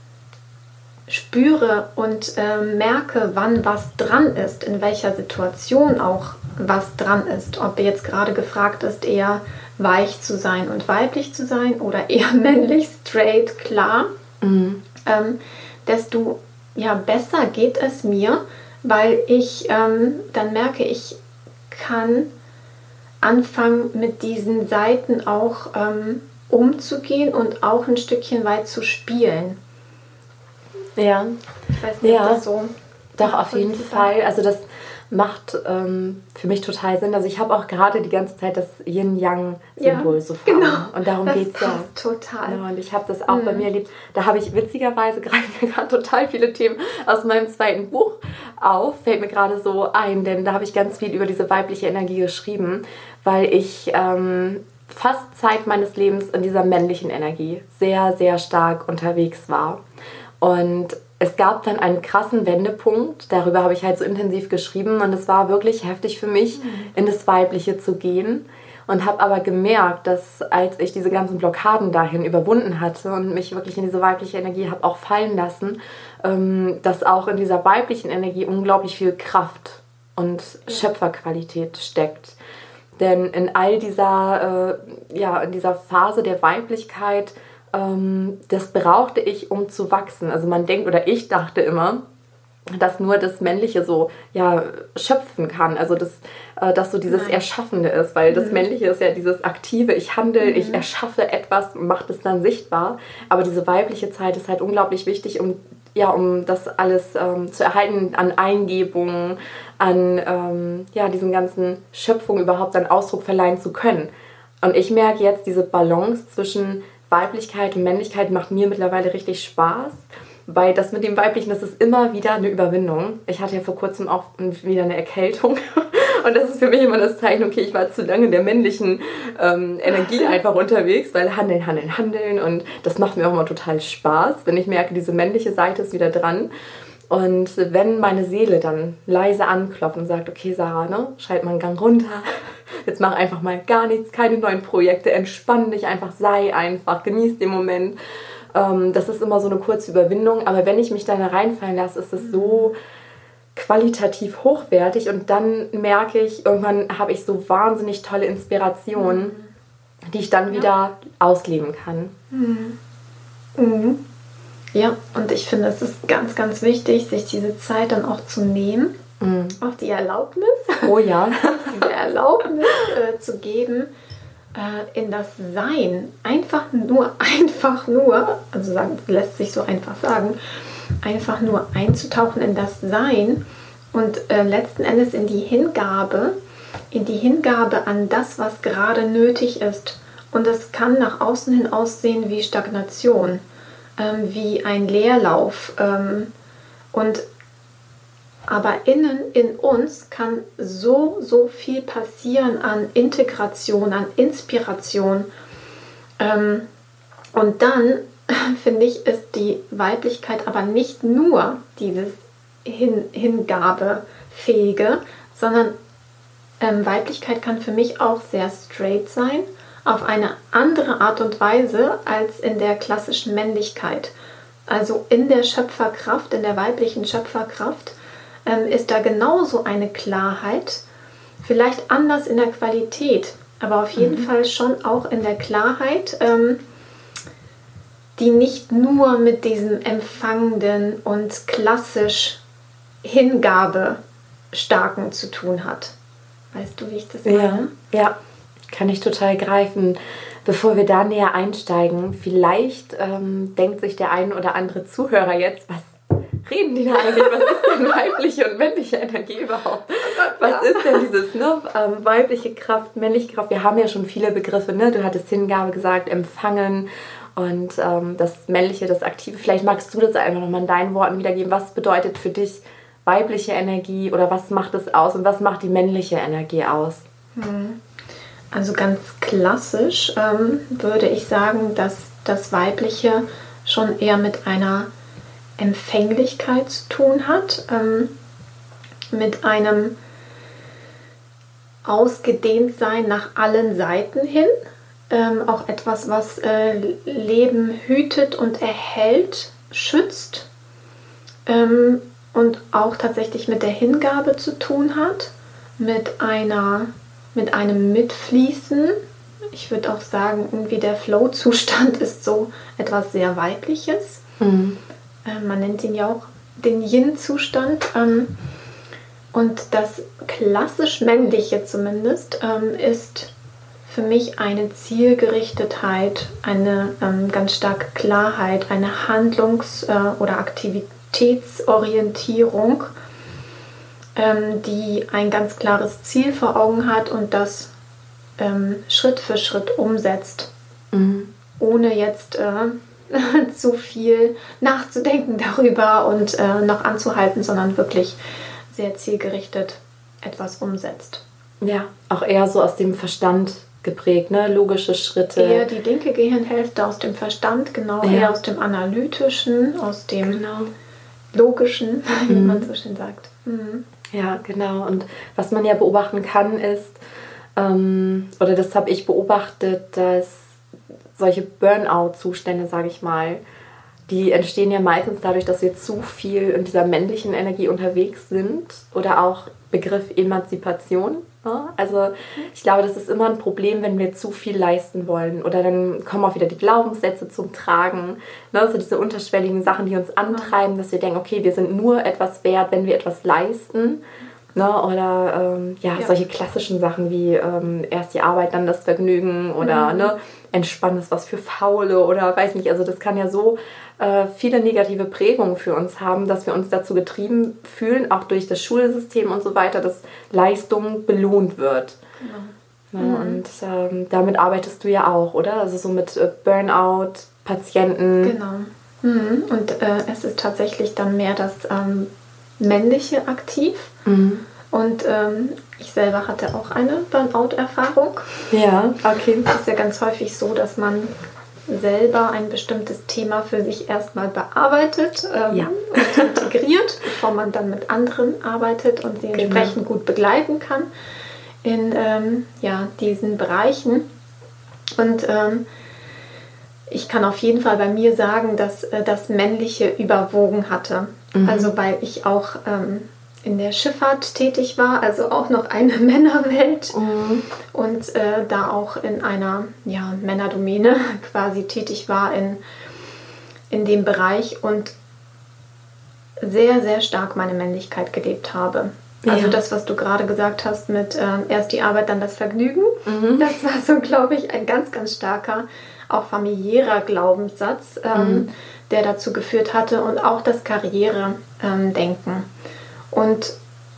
spüre und merke, wann was dran ist, in welcher Situation auch was dran ist, ob jetzt gerade gefragt ist, eher weich zu sein und weiblich zu sein oder eher männlich, straight, klar, desto besser geht es mir, weil ich dann merke, ich kann anfangen, mit diesen Seiten auch umzugehen und auch ein Stückchen weit zu spielen. Ja. Ich weiß nicht, ob das so... Doch, auf jeden Fall. Also das macht für mich total Sinn. Also ich habe auch gerade die ganze Zeit das Yin-Yang-Symbol so vor. Genau. Und darum geht es ja. Total. Ja, und ich habe das auch bei mir erlebt. Da habe ich witzigerweise gerade total viele Themen aus meinem zweiten Buch auf. Fällt mir gerade so ein, denn da habe ich ganz viel über diese weibliche Energie geschrieben, weil ich fast Zeit meines Lebens in dieser männlichen Energie sehr, sehr stark unterwegs war. Und es gab dann einen krassen Wendepunkt, darüber habe ich halt so intensiv geschrieben, und es war wirklich heftig für mich, in das Weibliche zu gehen, und habe aber gemerkt, dass als ich diese ganzen Blockaden dahin überwunden hatte und mich wirklich in diese weibliche Energie habe auch fallen lassen, dass auch in dieser weiblichen Energie unglaublich viel Kraft und Schöpferqualität steckt. Denn in all dieser, in dieser Phase der Weiblichkeit, das brauchte ich, um zu wachsen. Also man denkt, oder ich dachte immer, dass nur das Männliche so schöpfen kann. Also dass so dieses Erschaffende ist, weil das Männliche ist ja dieses Aktive, ich handle, ich erschaffe etwas, mache es dann sichtbar. Aber diese weibliche Zeit ist halt unglaublich wichtig, um das alles zu erhalten, an Eingebungen, an diesen ganzen Schöpfungen überhaupt einen Ausdruck verleihen zu können. Und ich merke jetzt, diese Balance zwischen Weiblichkeit und Männlichkeit macht mir mittlerweile richtig Spaß, weil das mit dem Weiblichen, das ist immer wieder eine Überwindung. Ich hatte ja vor kurzem auch wieder eine Erkältung und das ist für mich immer das Zeichen, okay, ich war zu lange in der männlichen Energie einfach unterwegs, weil handeln, und das macht mir auch immer total Spaß, wenn ich merke, diese männliche Seite ist wieder dran. Und wenn meine Seele dann leise anklopft und sagt, okay Sarah, schalt mal einen Gang runter, jetzt mach einfach mal gar nichts, keine neuen Projekte, entspann dich einfach, sei einfach, genieß den Moment. Das ist immer so eine kurze Überwindung, aber wenn ich mich dann da reinfallen lasse, ist es so qualitativ hochwertig, und dann merke ich, irgendwann habe ich so wahnsinnig tolle Inspirationen, die ich dann wieder ausleben kann. Ja, und ich finde, es ist ganz, ganz wichtig, sich diese Zeit dann auch zu nehmen, auch die Erlaubnis, Oh ja. diese Erlaubnis zu geben, in das Sein, einfach nur, also sagen, lässt sich so einfach sagen, einfach nur einzutauchen in das Sein und letzten Endes in die Hingabe an das, was gerade nötig ist. Und es kann nach außen hin aussehen wie Stagnation, wie ein Leerlauf. Aber innen in uns kann so viel passieren an Integration, an Inspiration. Und dann, finde ich, ist die Weiblichkeit aber nicht nur dieses Hingabefähige, sondern Weiblichkeit kann für mich auch sehr straight sein, auf eine andere Art und Weise als in der klassischen Männlichkeit. Also in der Schöpferkraft, in der weiblichen Schöpferkraft, ist da genauso eine Klarheit, vielleicht anders in der Qualität, aber auf jeden Fall schon auch in der Klarheit, die nicht nur mit diesem empfangenden und klassisch hingabestarken zu tun hat. Weißt du, wie ich das meine? Ja, kann ich total greifen. Bevor wir da näher einsteigen, vielleicht denkt sich der ein oder andere Zuhörer jetzt, was reden die da eigentlich? Was ist denn weibliche und männliche Energie überhaupt? Was ist denn dieses weibliche Kraft, männliche Kraft? Wir haben ja schon viele Begriffe, ne? Du hattest Hingabe gesagt, Empfangen und das Männliche, das Aktive. Vielleicht magst du das einfach nochmal in deinen Worten wiedergeben. Was bedeutet für dich weibliche Energie oder was macht es aus und was macht die männliche Energie aus? Also ganz klassisch würde ich sagen, dass das Weibliche schon eher mit einer Empfänglichkeit zu tun hat, mit einem Ausgedehntsein nach allen Seiten hin, auch etwas, was Leben hütet und erhält, schützt und auch tatsächlich mit der Hingabe zu tun hat, mit einem Mitfließen. Ich würde auch sagen, irgendwie der Flow-Zustand ist so etwas sehr Weibliches. Man nennt ihn ja auch den Yin-Zustand. Und das klassisch Männliche zumindest ist für mich eine Zielgerichtetheit, eine ganz starke Klarheit, eine Handlungs- oder Aktivitätsorientierung, die ein ganz klares Ziel vor Augen hat und das Schritt für Schritt umsetzt, ohne jetzt zu viel nachzudenken darüber und noch anzuhalten, sondern wirklich sehr zielgerichtet etwas umsetzt. Ja, auch eher so aus dem Verstand geprägt, ne? Logische Schritte. Eher die linke Gehirnhälfte aus dem Verstand, genau, eher aus dem Analytischen, aus dem Logischen, wie man so schön sagt. Ja, genau. Und was man ja beobachten kann ist, oder das habe ich beobachtet, dass solche Burnout-Zustände, sage ich mal, die entstehen ja meistens dadurch, dass wir zu viel in dieser männlichen Energie unterwegs sind oder auch Begriff Emanzipation. Ja? Also ich glaube, das ist immer ein Problem, wenn wir zu viel leisten wollen oder dann kommen auch wieder die Glaubenssätze zum Tragen, ne? So diese unterschwelligen Sachen, die uns antreiben, dass wir denken, okay, wir sind nur etwas wert, wenn wir etwas leisten. Ne? Oder solche klassischen Sachen wie erst die Arbeit, dann das Vergnügen oder ne, Entspannen ist was für Faule oder weiß nicht. Also das kann ja so viele negative Prägungen für uns haben, dass wir uns dazu getrieben fühlen, auch durch das Schulsystem und so weiter, dass Leistung belohnt wird. Genau. Ja, und damit arbeitest du ja auch, oder? Also so mit Burnout-Patienten. Genau. Und es ist tatsächlich dann mehr das Männliche aktiv. Und ich selber hatte auch eine Burnout-Erfahrung. Ja, okay. Es ist ja ganz häufig so, dass man selber ein bestimmtes Thema für sich erstmal bearbeitet und integriert, bevor man dann mit anderen arbeitet und sie entsprechend gut begleiten kann in diesen Bereichen. Und ich kann auf jeden Fall bei mir sagen, dass das Männliche überwogen hatte. Also weil ich auch in der Schifffahrt tätig war, also auch noch eine Männerwelt und da auch in einer Männerdomäne quasi tätig war in in dem Bereich und sehr, sehr stark meine Männlichkeit gelebt habe. Also das, was du gerade gesagt hast mit erst die Arbeit, dann das Vergnügen, das war so, glaube ich, ein ganz, ganz starker, auch familiärer Glaubenssatz, der dazu geführt hatte und auch das Karriere-Denken. Und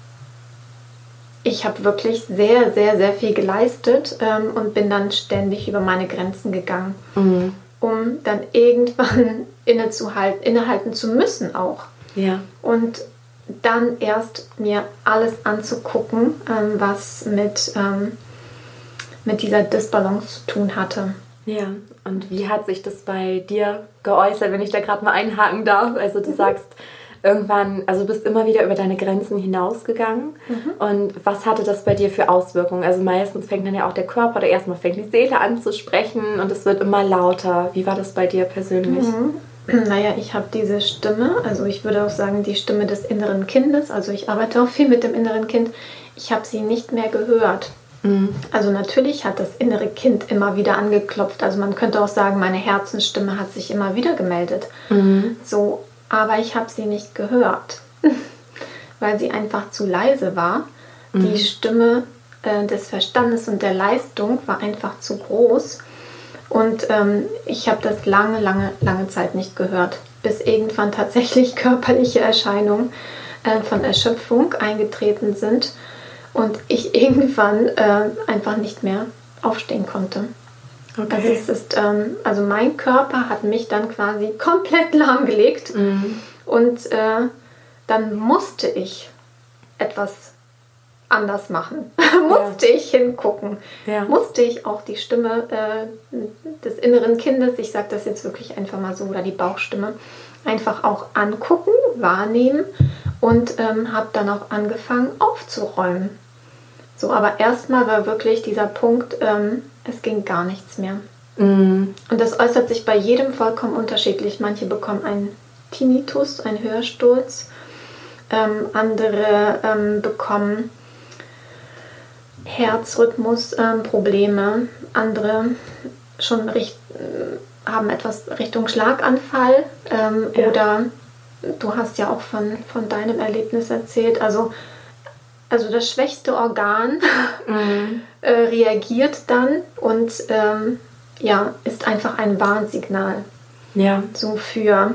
ich habe wirklich sehr, sehr, sehr viel geleistet und bin dann ständig über meine Grenzen gegangen, um dann irgendwann innehalten zu müssen auch. Ja. Und dann erst mir alles anzugucken, was mit dieser Disbalance zu tun hatte. Ja, und wie hat sich das bei dir geäußert, wenn ich da gerade mal einhaken darf? Also du sagst irgendwann, also du bist immer wieder über deine Grenzen hinausgegangen. Und was hatte das bei dir für Auswirkungen? Also meistens fängt dann ja auch der Körper oder erstmal fängt die Seele an zu sprechen und es wird immer lauter. Wie war das bei dir persönlich? Naja, ich habe diese Stimme, also ich würde auch sagen, die Stimme des inneren Kindes, also ich arbeite auch viel mit dem inneren Kind, ich habe sie nicht mehr gehört. Also natürlich hat das innere Kind immer wieder angeklopft, also man könnte auch sagen, meine Herzensstimme hat sich immer wieder gemeldet. So, aber ich habe sie nicht gehört, weil sie einfach zu leise war. Die Stimme des Verstandes und der Leistung war einfach zu groß. Und ich habe das lange, lange, lange Zeit nicht gehört, bis irgendwann tatsächlich körperliche Erscheinungen von Erschöpfung eingetreten sind und ich irgendwann einfach nicht mehr aufstehen konnte. Okay. Also mein Körper hat mich dann quasi komplett lahmgelegt und dann musste ich etwas anders machen. Musste ich hingucken. Musste ich auch die Stimme des inneren Kindes, ich sage das jetzt wirklich einfach mal so, oder die Bauchstimme, einfach auch angucken, wahrnehmen und habe dann auch angefangen aufzuräumen. So, aber erstmal war wirklich dieser Punkt, es ging gar nichts mehr. Und das äußert sich bei jedem vollkommen unterschiedlich. Manche bekommen einen Tinnitus, einen Hörsturz, andere bekommen Herzrhythmusprobleme, andere schon haben etwas Richtung Schlaganfall oder du hast ja auch von deinem Erlebnis erzählt, also das schwächste Organ reagiert dann und ist einfach ein Warnsignal so für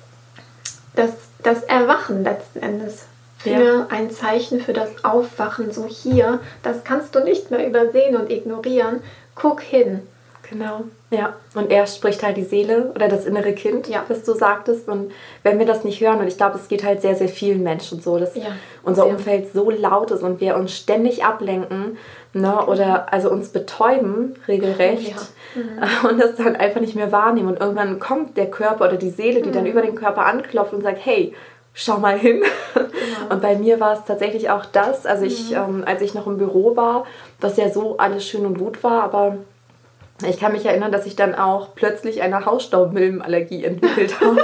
das Erwachen letzten Endes. Für ein Zeichen für das Aufwachen, so hier, das kannst du nicht mehr übersehen und ignorieren. Guck hin. Genau, ja. Und erst spricht halt die Seele oder das innere Kind, was du sagtest. Und wenn wir das nicht hören, und ich glaube, es geht halt sehr, sehr vielen Menschen so, dass unser Umfeld so laut ist und wir uns ständig ablenken, ne, oder also uns betäuben regelrecht und das dann einfach nicht mehr wahrnehmen. Und irgendwann kommt der Körper oder die Seele, die dann über den Körper anklopft und sagt, hey, schau mal hin. Genau. Und bei mir war es tatsächlich auch das, also ich, als ich noch im Büro war, was ja so alles schön und gut war, aber ich kann mich erinnern, dass ich dann auch plötzlich eine Hausstaubmilbenallergie entwickelt habe,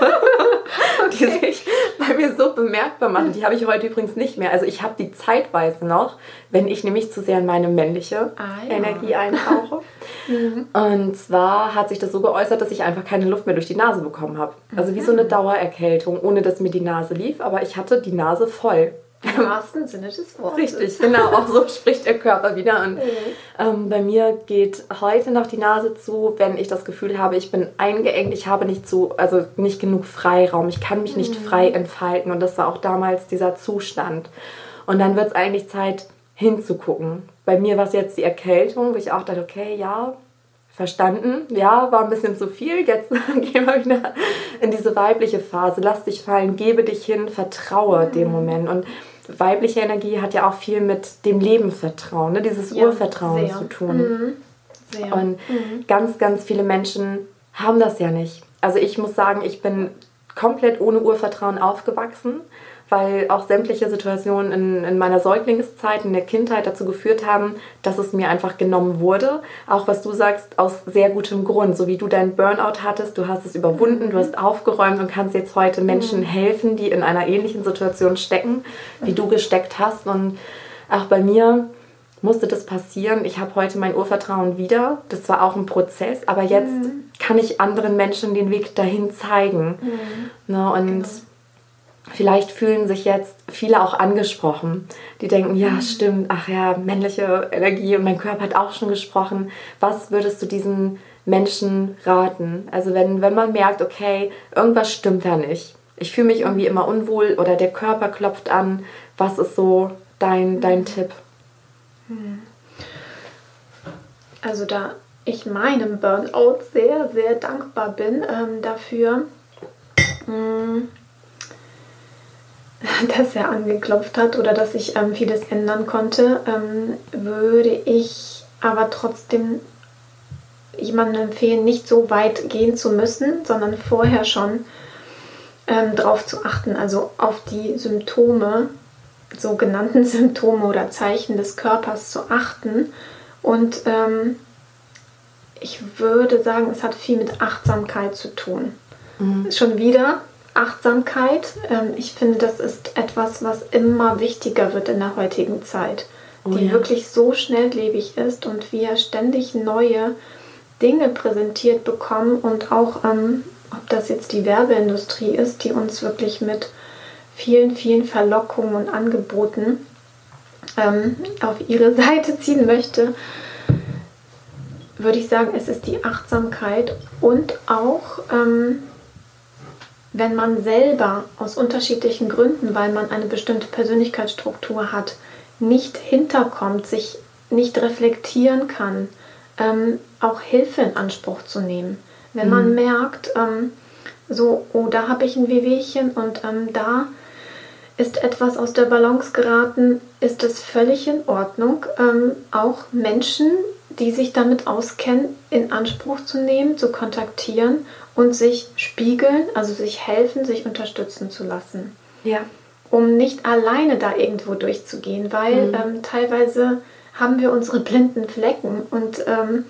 die sich bei mir so bemerkbar macht. Die habe ich heute übrigens nicht mehr. Also ich habe die zeitweise noch, wenn ich nämlich zu sehr in meine männliche Energie eintauche. Und zwar hat sich das so geäußert, dass ich einfach keine Luft mehr durch die Nase bekommen habe. Also wie so eine Dauererkältung, ohne dass mir die Nase lief, aber ich hatte die Nase voll. Im wahrsten Sinne des Wortes. Richtig, genau, auch so spricht der Körper wieder. Und bei mir geht heute noch die Nase zu, wenn ich das Gefühl habe, ich bin eingeengt, ich habe nicht genug Freiraum, ich kann mich nicht frei entfalten. Und das war auch damals dieser Zustand. Und dann wird es eigentlich Zeit, hinzugucken. Bei mir war es jetzt die Erkältung, wo ich auch dachte, okay, ja, verstanden, ja, war ein bisschen zu viel, jetzt gehen wir wieder in diese weibliche Phase, lass dich fallen, gebe dich hin, vertraue dem Moment. Und weibliche Energie hat ja auch viel mit dem Leben Vertrauen, ne? Dieses Urvertrauen zu tun. Sehr. Und ganz, ganz viele Menschen haben das ja nicht. Also ich muss sagen, ich bin komplett ohne Urvertrauen aufgewachsen, weil auch sämtliche Situationen in meiner Säuglingszeit, in der Kindheit dazu geführt haben, dass es mir einfach genommen wurde. Auch was du sagst, aus sehr gutem Grund. So wie du deinen Burnout hattest, du hast es überwunden, du hast aufgeräumt und kannst jetzt heute Menschen helfen, die in einer ähnlichen Situation stecken, wie du gesteckt hast. Und auch bei mir musste das passieren. Ich habe heute mein Urvertrauen wieder. Das war auch ein Prozess, aber jetzt kann ich anderen Menschen den Weg dahin zeigen. Ne? Und vielleicht fühlen sich jetzt viele auch angesprochen, die denken, ja, stimmt, ach ja, männliche Energie und mein Körper hat auch schon gesprochen. Was würdest du diesen Menschen raten? Also wenn man merkt, okay, irgendwas stimmt da nicht. Ich fühle mich irgendwie immer unwohl oder der Körper klopft an. Was ist so dein Tipp? Also da ich meinem Burnout sehr, sehr dankbar bin dafür, dass er angeklopft hat oder dass ich vieles ändern konnte, würde ich aber trotzdem jemandem empfehlen, nicht so weit gehen zu müssen, sondern vorher schon darauf zu achten, also auf die Symptome, sogenannten Symptome oder Zeichen des Körpers zu achten. Und ich würde sagen, es hat viel mit Achtsamkeit zu tun. Schon wieder Achtsamkeit. Ich finde, das ist etwas, was immer wichtiger wird in der heutigen Zeit, die wirklich so schnelllebig ist und wir ständig neue Dinge präsentiert bekommen und auch, ob das jetzt die Werbeindustrie ist, die uns wirklich mit vielen, vielen Verlockungen und Angeboten auf ihre Seite ziehen möchte, würde ich sagen, es ist die Achtsamkeit und auch, wenn man selber aus unterschiedlichen Gründen, weil man eine bestimmte Persönlichkeitsstruktur hat, nicht hinterkommt, sich nicht reflektieren kann, auch Hilfe in Anspruch zu nehmen. Wenn man merkt, so, oh, da habe ich ein Wehwehchen und da ist etwas aus der Balance geraten, ist es völlig in Ordnung, auch Menschen, die sich damit auskennen, in Anspruch zu nehmen, zu kontaktieren und sich spiegeln, also sich helfen, sich unterstützen zu lassen. Ja. Um nicht alleine da irgendwo durchzugehen, weil teilweise haben wir unsere blinden Flecken und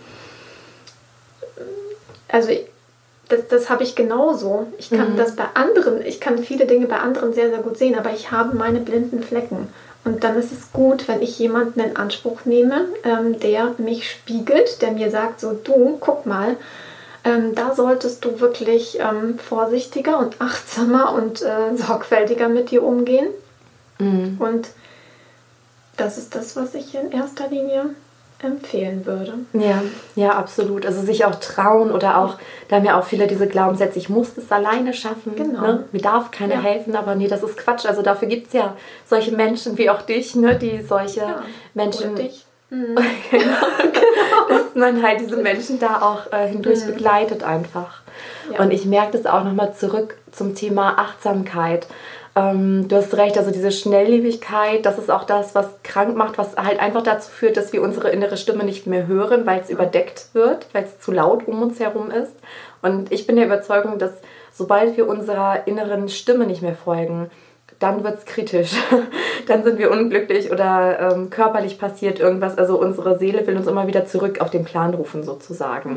also das habe ich genauso. Ich kann das bei anderen, ich kann viele Dinge bei anderen sehr, sehr gut sehen, aber ich habe meine blinden Flecken. Und dann ist es gut, wenn ich jemanden in Anspruch nehme, der mich spiegelt, der mir sagt, so du, guck mal, da solltest du wirklich vorsichtiger und achtsamer und sorgfältiger mit dir umgehen. Und das ist das, was ich in erster Linie empfehlen würde. Ja, absolut. Also sich auch trauen oder auch, da haben ja auch viele diese Glaubenssätze, ich muss das alleine schaffen, ne? Mir darf keiner helfen, aber nee, das ist Quatsch. Also dafür gibt es ja solche Menschen wie auch dich, ne? Die solche Menschen... Oder dich. Genau. Dass man halt diese Menschen da auch hindurch begleitet einfach. Ja. Und ich merke das auch nochmal zurück zum Thema Achtsamkeit. Du hast recht, also diese Schnelllebigkeit, das ist auch das, was krank macht, was halt einfach dazu führt, dass wir unsere innere Stimme nicht mehr hören, weil es überdeckt wird, weil es zu laut um uns herum ist. Und ich bin der Überzeugung, dass sobald wir unserer inneren Stimme nicht mehr folgen, dann wird es kritisch. Dann sind wir unglücklich oder körperlich passiert irgendwas. Also unsere Seele will uns immer wieder zurück auf den Plan rufen sozusagen.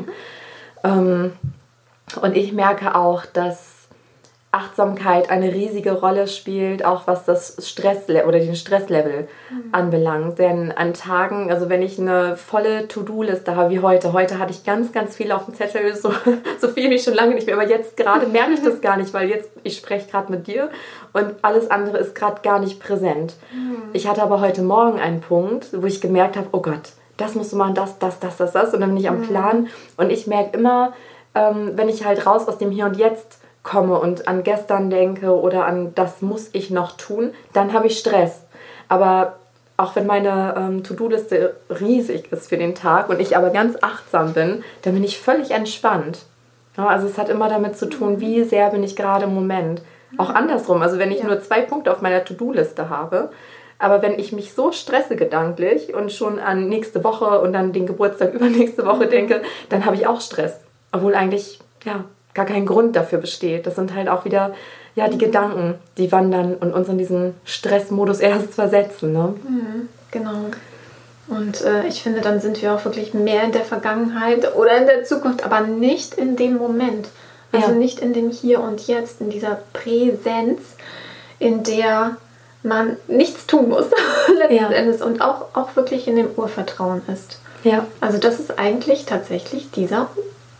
Und ich merke auch, dass Achtsamkeit eine riesige Rolle spielt, auch was das den Stresslevel anbelangt. Denn an Tagen, also wenn ich eine volle To-Do-Liste habe wie heute hatte ich ganz, ganz viel auf dem Zettel, so viel wie schon lange nicht mehr, aber jetzt gerade merke ich das gar nicht, weil jetzt, ich spreche gerade mit dir und alles andere ist gerade gar nicht präsent. Ich hatte aber heute Morgen einen Punkt, wo ich gemerkt habe, oh Gott, das musst du machen, das und dann bin ich am Plan und ich merke immer, wenn ich halt raus aus dem Hier und Jetzt komme und an gestern denke oder an das muss ich noch tun, dann habe ich Stress. Aber auch wenn meine To-Do-Liste riesig ist für den Tag und ich aber ganz achtsam bin, dann bin ich völlig entspannt. Ja, also es hat immer damit zu tun, wie sehr bin ich gerade im Moment. Auch andersrum, also wenn ich nur 2 Punkte auf meiner To-Do-Liste habe, aber wenn ich mich so stresse gedanklich und schon an nächste Woche und dann den Geburtstag übernächste Woche denke, dann habe ich auch Stress. Obwohl eigentlich, gar kein Grund dafür besteht. Das sind halt auch wieder die Gedanken, die wandern und uns in diesen Stressmodus erst versetzen. Ne? Genau. Und ich finde, dann sind wir auch wirklich mehr in der Vergangenheit oder in der Zukunft, aber nicht in dem Moment. Also nicht in dem Hier und Jetzt, in dieser Präsenz, in der man nichts tun muss letzten Endes und auch wirklich in dem Urvertrauen ist. Ja. Also das ist eigentlich tatsächlich dieser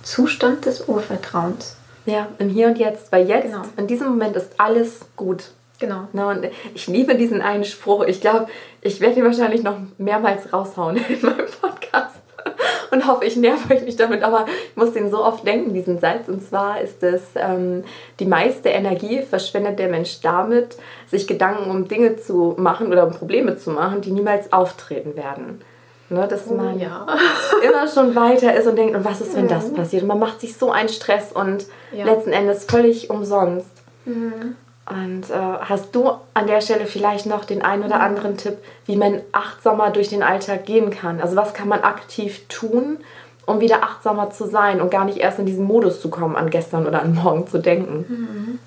Zustand des Urvertrauens. Ja, im Hier und Jetzt, weil jetzt, Genau. in diesem Moment ist alles gut. Genau. Na, und ich liebe diesen einen Spruch. Ich glaube, ich werde ihn wahrscheinlich noch mehrmals raushauen in meinem Podcast und hoffe, ich nerve euch nicht damit, aber ich muss den so oft denken, diesen Satz. Und zwar ist es, die meiste Energie verschwendet der Mensch damit, sich Gedanken um Dinge zu machen oder um Probleme zu machen, die niemals auftreten werden. Ne, dass man immer schon weiter ist und denkt, und was ist, wenn das passiert? Und man macht sich so einen Stress und letzten Endes völlig umsonst. Und hast du an der Stelle vielleicht noch den einen oder anderen Tipp, wie man achtsamer durch den Alltag gehen kann? Also was kann man aktiv tun, um wieder achtsamer zu sein und gar nicht erst in diesen Modus zu kommen, an gestern oder an morgen zu denken?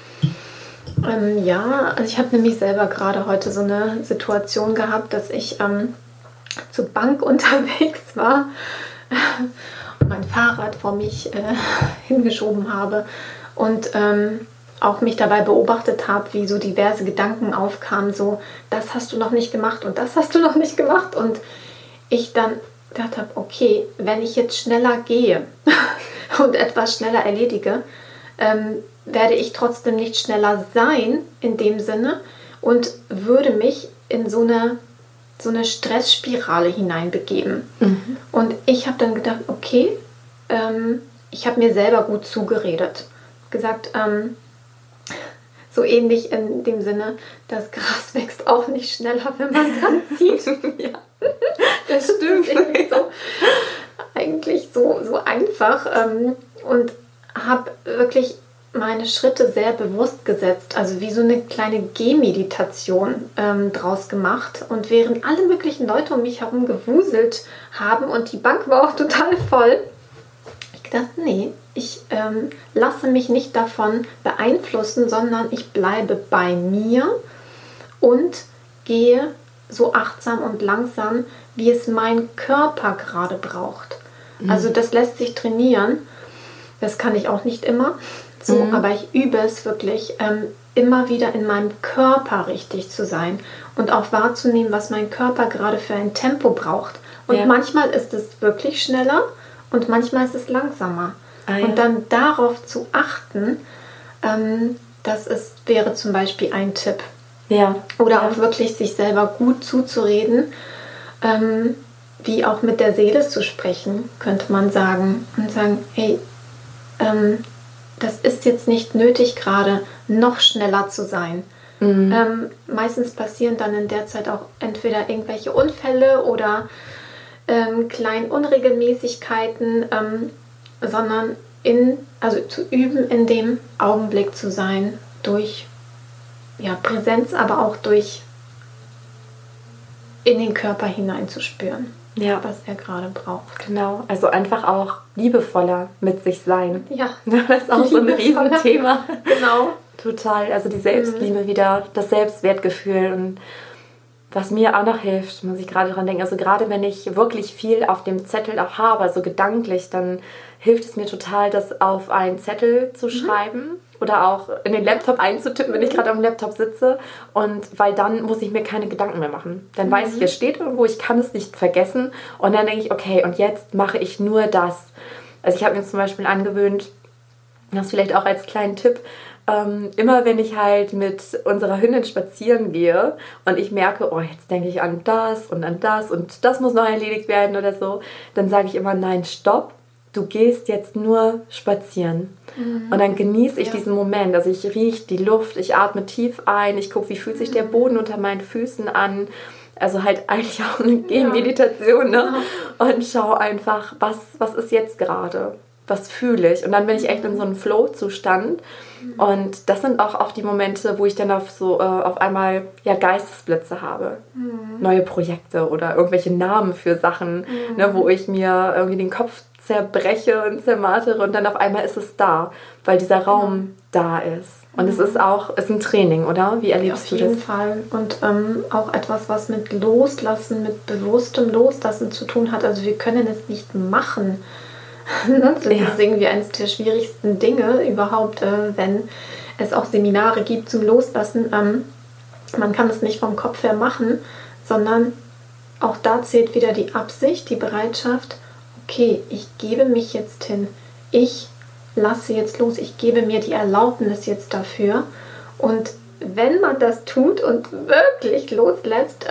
Also ich habe nämlich selber gerade heute so eine Situation gehabt, dass ich zur Bank unterwegs war und mein Fahrrad vor mich hingeschoben habe und auch mich dabei beobachtet habe, wie so diverse Gedanken aufkamen, so, das hast du noch nicht gemacht und das hast du noch nicht gemacht. Und ich dann gedacht habe, okay, wenn ich jetzt schneller gehe und etwas schneller erledige, werde ich trotzdem nicht schneller sein in dem Sinne und würde mich in so eine Stressspirale hineinbegeben. Und ich habe dann gedacht, okay, ich habe mir selber gut zugeredet. Gesagt, so ähnlich in dem Sinne, das Gras wächst auch nicht schneller, wenn man dran zieht. Ja, das stimmt. Eigentlich so einfach und habe wirklich meine Schritte sehr bewusst gesetzt, also wie so eine kleine Gehmeditation draus gemacht. Und während alle möglichen Leute um mich herum gewuselt haben und die Bank war auch total voll, ich gedacht, nee, ich lasse mich nicht davon beeinflussen, sondern ich bleibe bei mir und gehe so achtsam und langsam, wie es mein Körper gerade braucht. Also das lässt sich trainieren. Das kann ich auch nicht immer. So, aber ich übe es wirklich, immer wieder in meinem Körper richtig zu sein und auch wahrzunehmen, was mein Körper gerade für ein Tempo braucht. Und manchmal ist es wirklich schneller und manchmal ist es langsamer. Und dann darauf zu achten, wäre zum Beispiel ein Tipp. Ja. Oder auch wirklich sich selber gut zuzureden, wie auch mit der Seele zu sprechen, könnte man sagen. Und sagen, hey, das ist jetzt nicht nötig, gerade noch schneller zu sein. Meistens passieren dann in der Zeit auch entweder irgendwelche Unfälle oder kleine Unregelmäßigkeiten, sondern zu üben, in dem Augenblick zu sein, durch Präsenz, aber auch durch in den Körper hineinzuspüren, was er gerade braucht. Genau, also einfach auch liebevoller mit sich sein. Ja. Das ist auch so ein Riesenthema. Genau. Total, also die Selbstliebe wieder, das Selbstwertgefühl. Und was mir auch noch hilft, muss ich gerade dran denken, also gerade wenn ich wirklich viel auf dem Zettel auch habe, also gedanklich, dann hilft es mir total, das auf einen Zettel zu schreiben oder auch in den Laptop einzutippen, wenn ich gerade am Laptop sitze. Und weil dann muss ich mir keine Gedanken mehr machen. Dann weiß ich, es steht irgendwo, ich kann es nicht vergessen. Und dann denke ich, okay, und jetzt mache ich nur das. Also ich habe mir zum Beispiel angewöhnt, das vielleicht auch als kleinen Tipp, immer wenn ich halt mit unserer Hündin spazieren gehe und ich merke, oh, jetzt denke ich an das und das muss noch erledigt werden oder so, dann sage ich immer, nein, stopp, du gehst jetzt nur spazieren. Und dann genieße ich diesen Moment. Also ich rieche die Luft, ich atme tief ein, ich gucke, wie fühlt sich der Boden unter meinen Füßen an. Also halt eigentlich auch eine Gehmeditation, ne? Und schaue einfach, was ist jetzt gerade? Was fühle ich? Und dann bin ich echt in so einem Flow-Zustand. Und das sind auch die Momente, wo ich dann auf einmal Geistesblitze habe. Neue Projekte oder irgendwelche Namen für Sachen, ne, wo ich mir irgendwie den Kopf zerbreche und zermartere und dann auf einmal ist es da, weil dieser Raum da ist. Und es ist ein Training, oder? Wie erlebst du das? Auf jeden Fall. Und auch etwas, was mit Loslassen, mit bewusstem Loslassen zu tun hat. Also wir können es nicht machen. Das ist irgendwie eines der schwierigsten Dinge überhaupt, wenn es auch Seminare gibt zum Loslassen. Man kann es nicht vom Kopf her machen, sondern auch da zählt wieder die Absicht, die Bereitschaft, okay, ich gebe mich jetzt hin. ich lasse jetzt los, ich gebe mir die Erlaubnis jetzt dafür. Und wenn man das tut und wirklich loslässt,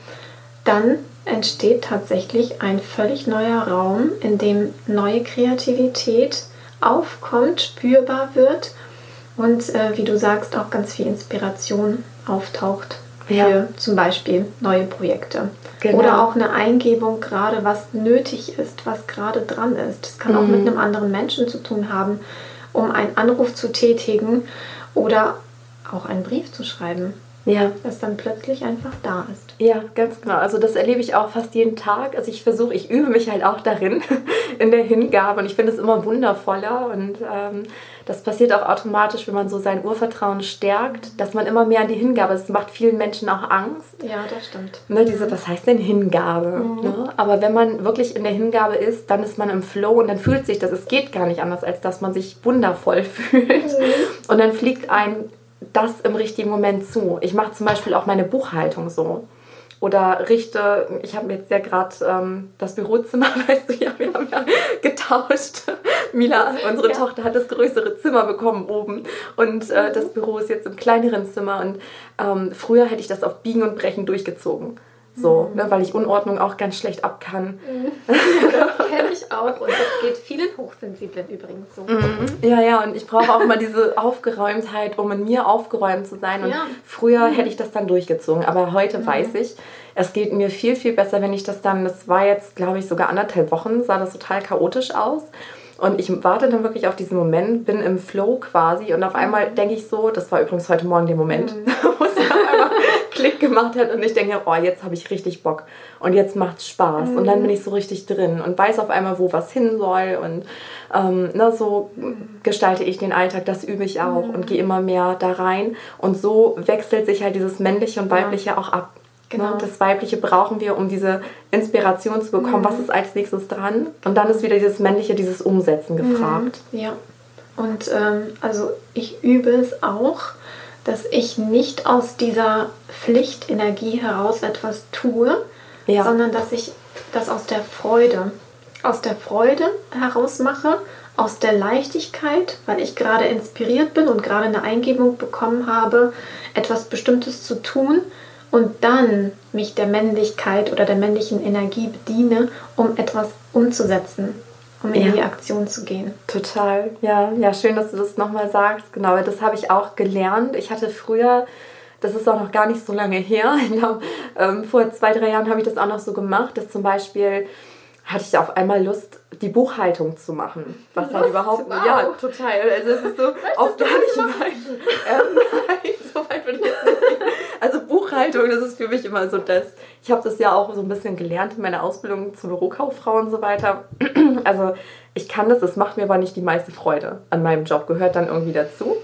dann entsteht tatsächlich ein völlig neuer Raum, in dem neue Kreativität aufkommt, spürbar wird und wie du sagst, auch ganz viel Inspiration auftaucht für zum Beispiel neue Projekte. Genau. Oder auch eine Eingebung gerade, was nötig ist, was gerade dran ist. Das kann auch mit einem anderen Menschen zu tun haben, um einen Anruf zu tätigen oder auch einen Brief zu schreiben. Ja. Das dann plötzlich einfach da ist. Ja, ganz genau. Also das erlebe ich auch fast jeden Tag. Also ich übe mich halt auch darin, in der Hingabe. Und ich finde es immer wundervoller. Und das passiert auch automatisch, wenn man so sein Urvertrauen stärkt, dass man immer mehr an die Hingabe ist. Das macht vielen Menschen auch Angst. Ja, das stimmt. Ne, was heißt denn Hingabe? Ne? Aber wenn man wirklich in der Hingabe ist, dann ist man im Flow und dann fühlt sich das. Es geht gar nicht anders, als dass man sich wundervoll fühlt. Und dann fliegt ein das im richtigen Moment zu. Ich mache zum Beispiel auch meine Buchhaltung so. Oder ich habe jetzt ja gerade das Bürozimmer, weißt du, ja, wir haben ja getauscht. Mila, unsere Tochter, hat das größere Zimmer bekommen oben und das Büro ist jetzt im kleineren Zimmer und früher hätte ich das auf Biegen und Brechen durchgezogen. So, ne, weil ich Unordnung auch ganz schlecht ab kann. Das kenne ich auch und das geht vielen Hochsensiblen übrigens so. Ja, und ich brauche auch mal diese Aufgeräumtheit, um in mir aufgeräumt zu sein. Und früher hätte ich das dann durchgezogen, aber heute weiß ich, es geht mir viel, viel besser, wenn ich das war jetzt, glaube ich, sogar 1,5 Wochen, sah das total chaotisch aus. Und ich warte dann wirklich auf diesen Moment, bin im Flow quasi und auf einmal denke ich so, das war übrigens heute Morgen der Moment, wo es auf einmal Klick gemacht hat und ich denke, oh, jetzt habe ich richtig Bock und jetzt macht's Spaß und dann bin ich so richtig drin und weiß auf einmal, wo was hin soll und so gestalte ich den Alltag, das übe ich auch und gehe immer mehr da rein und so wechselt sich halt dieses Männliche und Weibliche auch ab. Genau. Das Weibliche brauchen wir, um diese Inspiration zu bekommen, was ist als nächstes dran. Und dann ist wieder dieses Männliche, dieses Umsetzen gefragt. Ja, und also ich übe es auch, dass ich nicht aus dieser Pflichtenergie heraus etwas tue, sondern dass ich das aus der Freude heraus mache, aus der Leichtigkeit, weil ich gerade inspiriert bin und gerade eine Eingebung bekommen habe, etwas Bestimmtes zu tun, und dann mich der Männlichkeit oder der männlichen Energie bediene, um etwas umzusetzen, um in die Aktion zu gehen. Total, ja, schön, dass du das nochmal sagst. Genau, das habe ich auch gelernt. Ich hatte früher, das ist auch noch gar nicht so lange her, ich glaube, vor 2-3 Jahren habe ich das auch noch so gemacht, dass zum Beispiel hatte ich auf einmal Lust, die Buchhaltung zu machen. Was halt überhaupt nicht. Ja, total. Also es ist so oft gar nicht mein. Nein, so weit würde ich jetzt nicht gehen. Also Buchhaltung, das ist für mich immer so das. Ich habe das ja auch so ein bisschen gelernt in meiner Ausbildung zur Bürokauffrau und so weiter. Also ich kann das, es macht mir aber nicht die meiste Freude an meinem Job, gehört dann irgendwie dazu.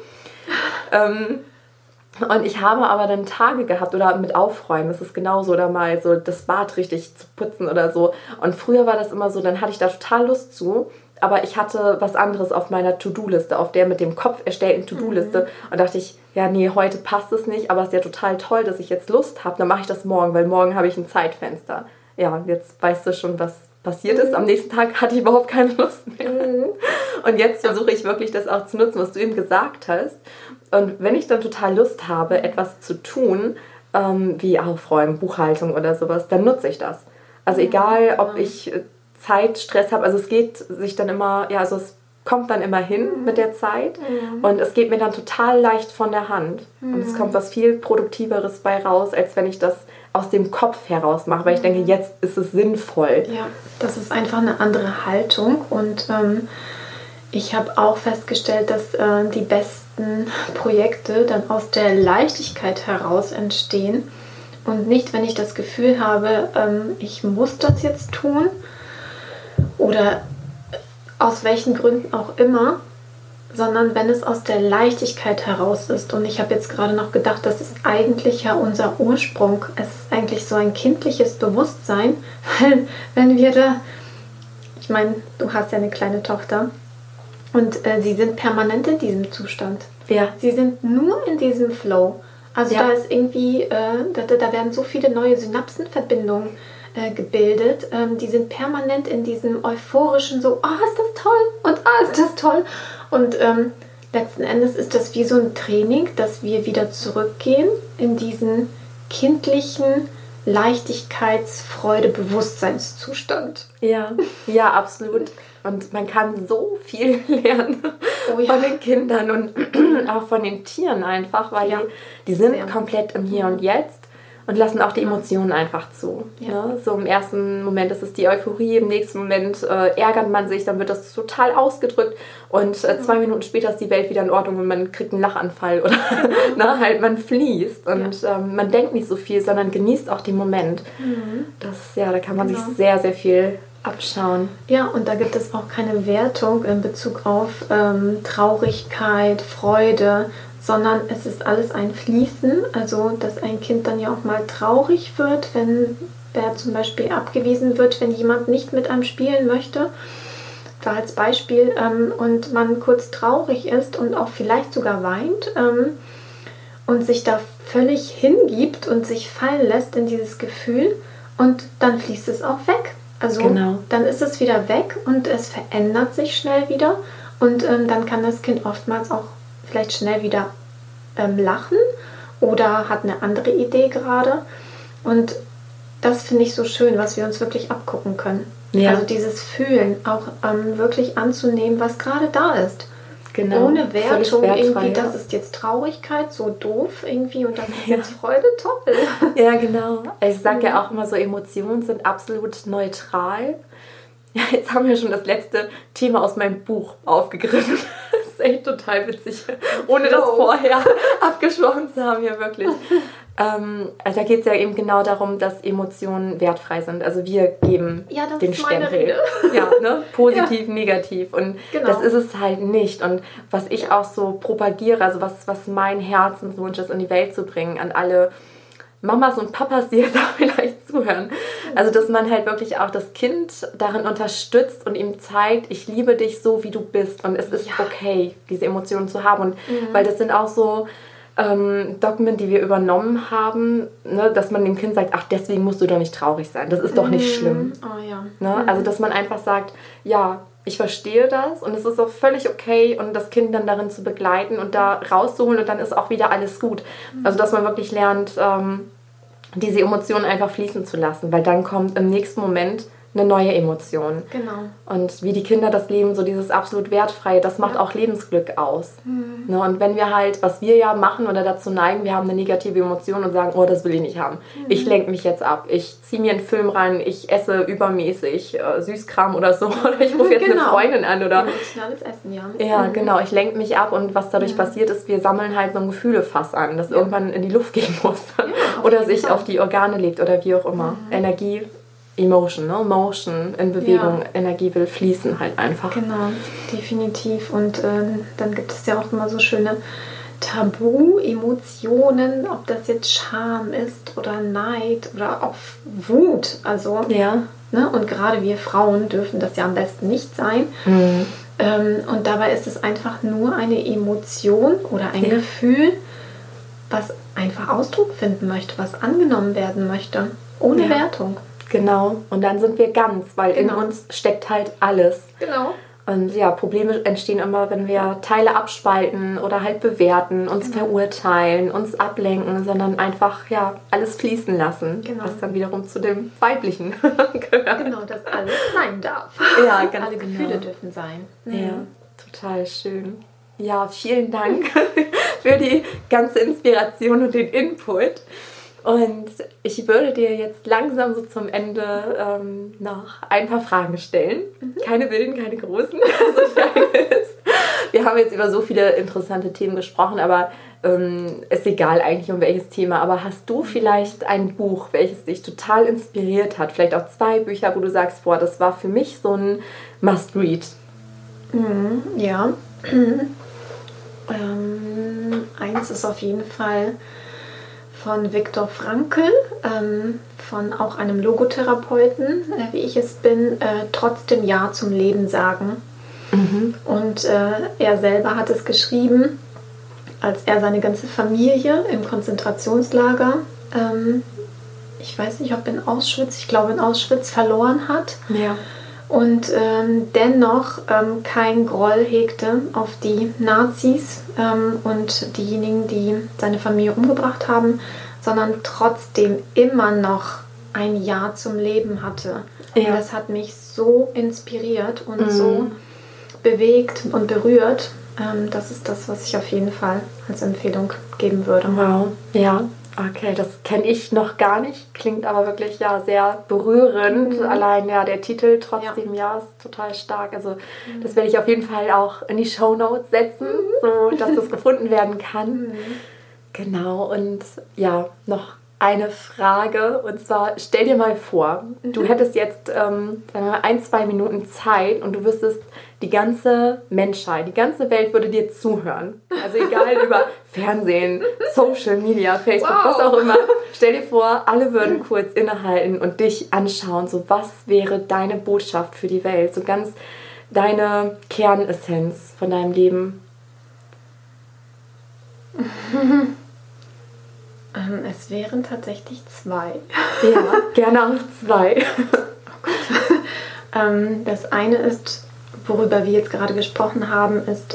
Und ich habe aber dann Tage gehabt oder mit Aufräumen, das ist genauso, oder mal so das Bad richtig zu putzen oder so. Und früher war das immer so, dann hatte ich da total Lust zu, aber ich hatte was anderes auf meiner To-Do-Liste, auf der mit dem Kopf erstellten To-Do-Liste. Und dachte ich, ja nee, heute passt es nicht, aber es ist ja total toll, dass ich jetzt Lust habe, dann mache ich das morgen, weil morgen habe ich ein Zeitfenster. Ja, jetzt weißt du schon, was passiert ist. Am nächsten Tag hatte ich überhaupt keine Lust mehr. Und jetzt versuche ich wirklich das auch zu nutzen, was du eben gesagt hast. Und wenn ich dann total Lust habe, etwas zu tun, wie Aufräumen, Buchhaltung oder sowas, dann nutze ich das. Also egal, ob ich Zeitstress habe, also es geht sich dann immer, ja, also es kommt dann immer hin mit der Zeit und es geht mir dann total leicht von der Hand. Und es kommt was viel Produktiveres bei raus, als wenn ich das aus dem Kopf heraus mache, weil ich denke, jetzt ist es sinnvoll. Ja, das ist einfach eine andere Haltung und ich habe auch festgestellt, dass die besten Projekte dann aus der Leichtigkeit heraus entstehen und nicht, wenn ich das Gefühl habe, ich muss das jetzt tun oder aus welchen Gründen auch immer, sondern wenn es aus der Leichtigkeit heraus ist. Und ich habe jetzt gerade noch gedacht, das ist eigentlich ja unser Ursprung. Es ist eigentlich so ein kindliches Bewusstsein, weil wenn wir da, ich meine, du hast ja eine kleine Tochter, und sie sind permanent in diesem Zustand. Ja. Sie sind nur in diesem Flow. Also da ist irgendwie, da werden so viele neue Synapsenverbindungen gebildet. Die sind permanent in diesem euphorischen so, ist das toll und ist das toll. Und letzten Endes ist das wie so ein Training, dass wir wieder zurückgehen in diesen kindlichen Leichtigkeits-, Bewusstseinszustand. Ja, ja, absolut. Und man kann so viel lernen von den Kindern und auch von den Tieren einfach, weil die sind komplett im Hier und Jetzt und lassen auch die Emotionen einfach zu. Ja. Ne? So im ersten Moment ist es die Euphorie, im nächsten Moment ärgert man sich, dann wird das total ausgedrückt und 2 Minuten später ist die Welt wieder in Ordnung und man kriegt einen Lachanfall oder halt man fließt und man denkt nicht so viel, sondern genießt auch den Moment. Da kann man sich sehr, sehr viel abschauen. Ja, und da gibt es auch keine Wertung in Bezug auf Traurigkeit, Freude, sondern es ist alles ein Fließen. Also, dass ein Kind dann ja auch mal traurig wird, wenn er zum Beispiel abgewiesen wird, wenn jemand nicht mit einem spielen möchte. Da als Beispiel. Und man kurz traurig ist und auch vielleicht sogar weint und sich da völlig hingibt und sich fallen lässt in dieses Gefühl und dann fließt es auch weg. Also dann ist es wieder weg und es verändert sich schnell wieder und dann kann das Kind oftmals auch vielleicht schnell wieder lachen oder hat eine andere Idee gerade. Und das finde ich so schön, was wir uns wirklich abgucken können. Ja. Also dieses Fühlen, auch wirklich anzunehmen, was gerade da ist. Genau. Ohne Wertung irgendwie, das ist jetzt Traurigkeit, so doof irgendwie und das ist jetzt Freude, toll. Ja, genau. Ich sage ja auch immer so, Emotionen sind absolut neutral. Ja, jetzt haben wir schon das letzte Thema aus meinem Buch aufgegriffen. Das ist echt total witzig, ohne das vorher abgesprochen zu haben, ja wirklich. Also da geht es ja eben genau darum, dass Emotionen wertfrei sind. Also wir geben den Stempel. Ja, ne? Positiv, negativ. Und das ist es halt nicht. Und was ich auch so propagiere, also was mein Herzenswunsch ist, in die Welt zu bringen, an alle Mamas und Papas, die jetzt auch vielleicht zuhören. Also, dass man halt wirklich auch das Kind darin unterstützt und ihm zeigt, ich liebe dich so, wie du bist. Und es ist okay, diese Emotionen zu haben. Und weil das sind auch so Dogmen, die wir übernommen haben, ne, dass man dem Kind sagt, ach, deswegen musst du doch nicht traurig sein. Das ist doch nicht schlimm. Oh, ja. Ne? Also, dass man einfach sagt, ja, ich verstehe das und es ist auch völlig okay und das Kind dann darin zu begleiten und da rauszuholen und dann ist auch wieder alles gut. Also, dass man wirklich lernt, diese Emotionen einfach fließen zu lassen, weil dann kommt im nächsten Moment eine neue Emotion. Genau. Und wie die Kinder das leben, so dieses absolut Wertfreie, das macht auch Lebensglück aus. Ne? Und wenn wir halt, was wir ja machen oder dazu neigen, wir haben eine negative Emotion und sagen, oh, das will ich nicht haben. Ich lenke mich jetzt ab. Ich ziehe mir einen Film rein, ich esse übermäßig Süßkram oder so. Oder ich rufe jetzt eine Freundin an. Oder emotionales Essen, ja. Ja, genau. Ich lenke mich ab und was dadurch passiert ist, wir sammeln halt so ein Gefühlefass an, das irgendwann in die Luft gehen muss. Oder sich auf die Organe legt oder wie auch immer. Energie, Emotion, ne? Motion in Bewegung, Energie will fließen halt einfach. Genau, definitiv. Und dann gibt es ja auch immer so schöne Tabu-Emotionen, ob das jetzt Scham ist oder Neid oder auch Wut. Also, ne? Und gerade wir Frauen dürfen das ja am besten nicht sein. Und dabei ist es einfach nur eine Emotion oder ein Gefühl, was einfach Ausdruck finden möchte, was angenommen werden möchte, ohne Wertung. Genau, und dann sind wir ganz, weil in uns steckt halt alles. Genau. Und ja, Probleme entstehen immer, wenn wir Teile abspalten oder halt bewerten, uns verurteilen, uns ablenken, sondern einfach alles fließen lassen, was dann wiederum zu dem Weiblichen gehört. Genau, dass alles sein darf. Ja, ganz alle Gefühle dürfen sein. Ja, total schön. Ja, vielen Dank für die ganze Inspiration und den Input. Und ich würde dir jetzt langsam so zum Ende noch ein paar Fragen stellen. Keine wilden, keine großen. Wir haben jetzt über so viele interessante Themen gesprochen, aber ist egal eigentlich um welches Thema. Aber hast du vielleicht ein Buch, welches dich total inspiriert hat? Vielleicht auch 2 Bücher, wo du sagst, boah, das war für mich so ein Must-Read. Ja. Eins ist auf jeden Fall von Viktor Frankl, von auch einem Logotherapeuten, wie ich es bin, trotzdem Ja zum Leben sagen. Und er selber hat es geschrieben, als er seine ganze Familie im Konzentrationslager, ich weiß nicht, ob in Auschwitz, ich glaube in Auschwitz verloren hat. Ja. Und dennoch kein Groll hegte auf die Nazis und diejenigen, die seine Familie umgebracht haben, sondern trotzdem immer noch ein Ja zum Leben hatte. Und das hat mich so inspiriert und so bewegt und berührt. Das ist das, was ich auf jeden Fall als Empfehlung geben würde. Wow, ja. Okay, das kenne ich noch gar nicht. Klingt aber wirklich sehr berührend. Allein der Titel trotzdem ist total stark. Also das werde ich auf jeden Fall auch in die Shownotes setzen, so dass das gefunden werden kann. Genau, und noch eine Frage. Und zwar, stell dir mal vor, du hättest jetzt sagen wir mal 1-2 Minuten Zeit und du wüsstest, die ganze Menschheit, die ganze Welt würde dir zuhören. Also egal über Fernsehen, Social Media, Facebook, was auch immer. Stell dir vor, alle würden kurz innehalten und dich anschauen. So, was wäre deine Botschaft für die Welt? So ganz deine Kernessenz von deinem Leben. Es wären tatsächlich 2. Ja, gerne auch 2. Oh Gott. Das eine ist, worüber wir jetzt gerade gesprochen haben, ist,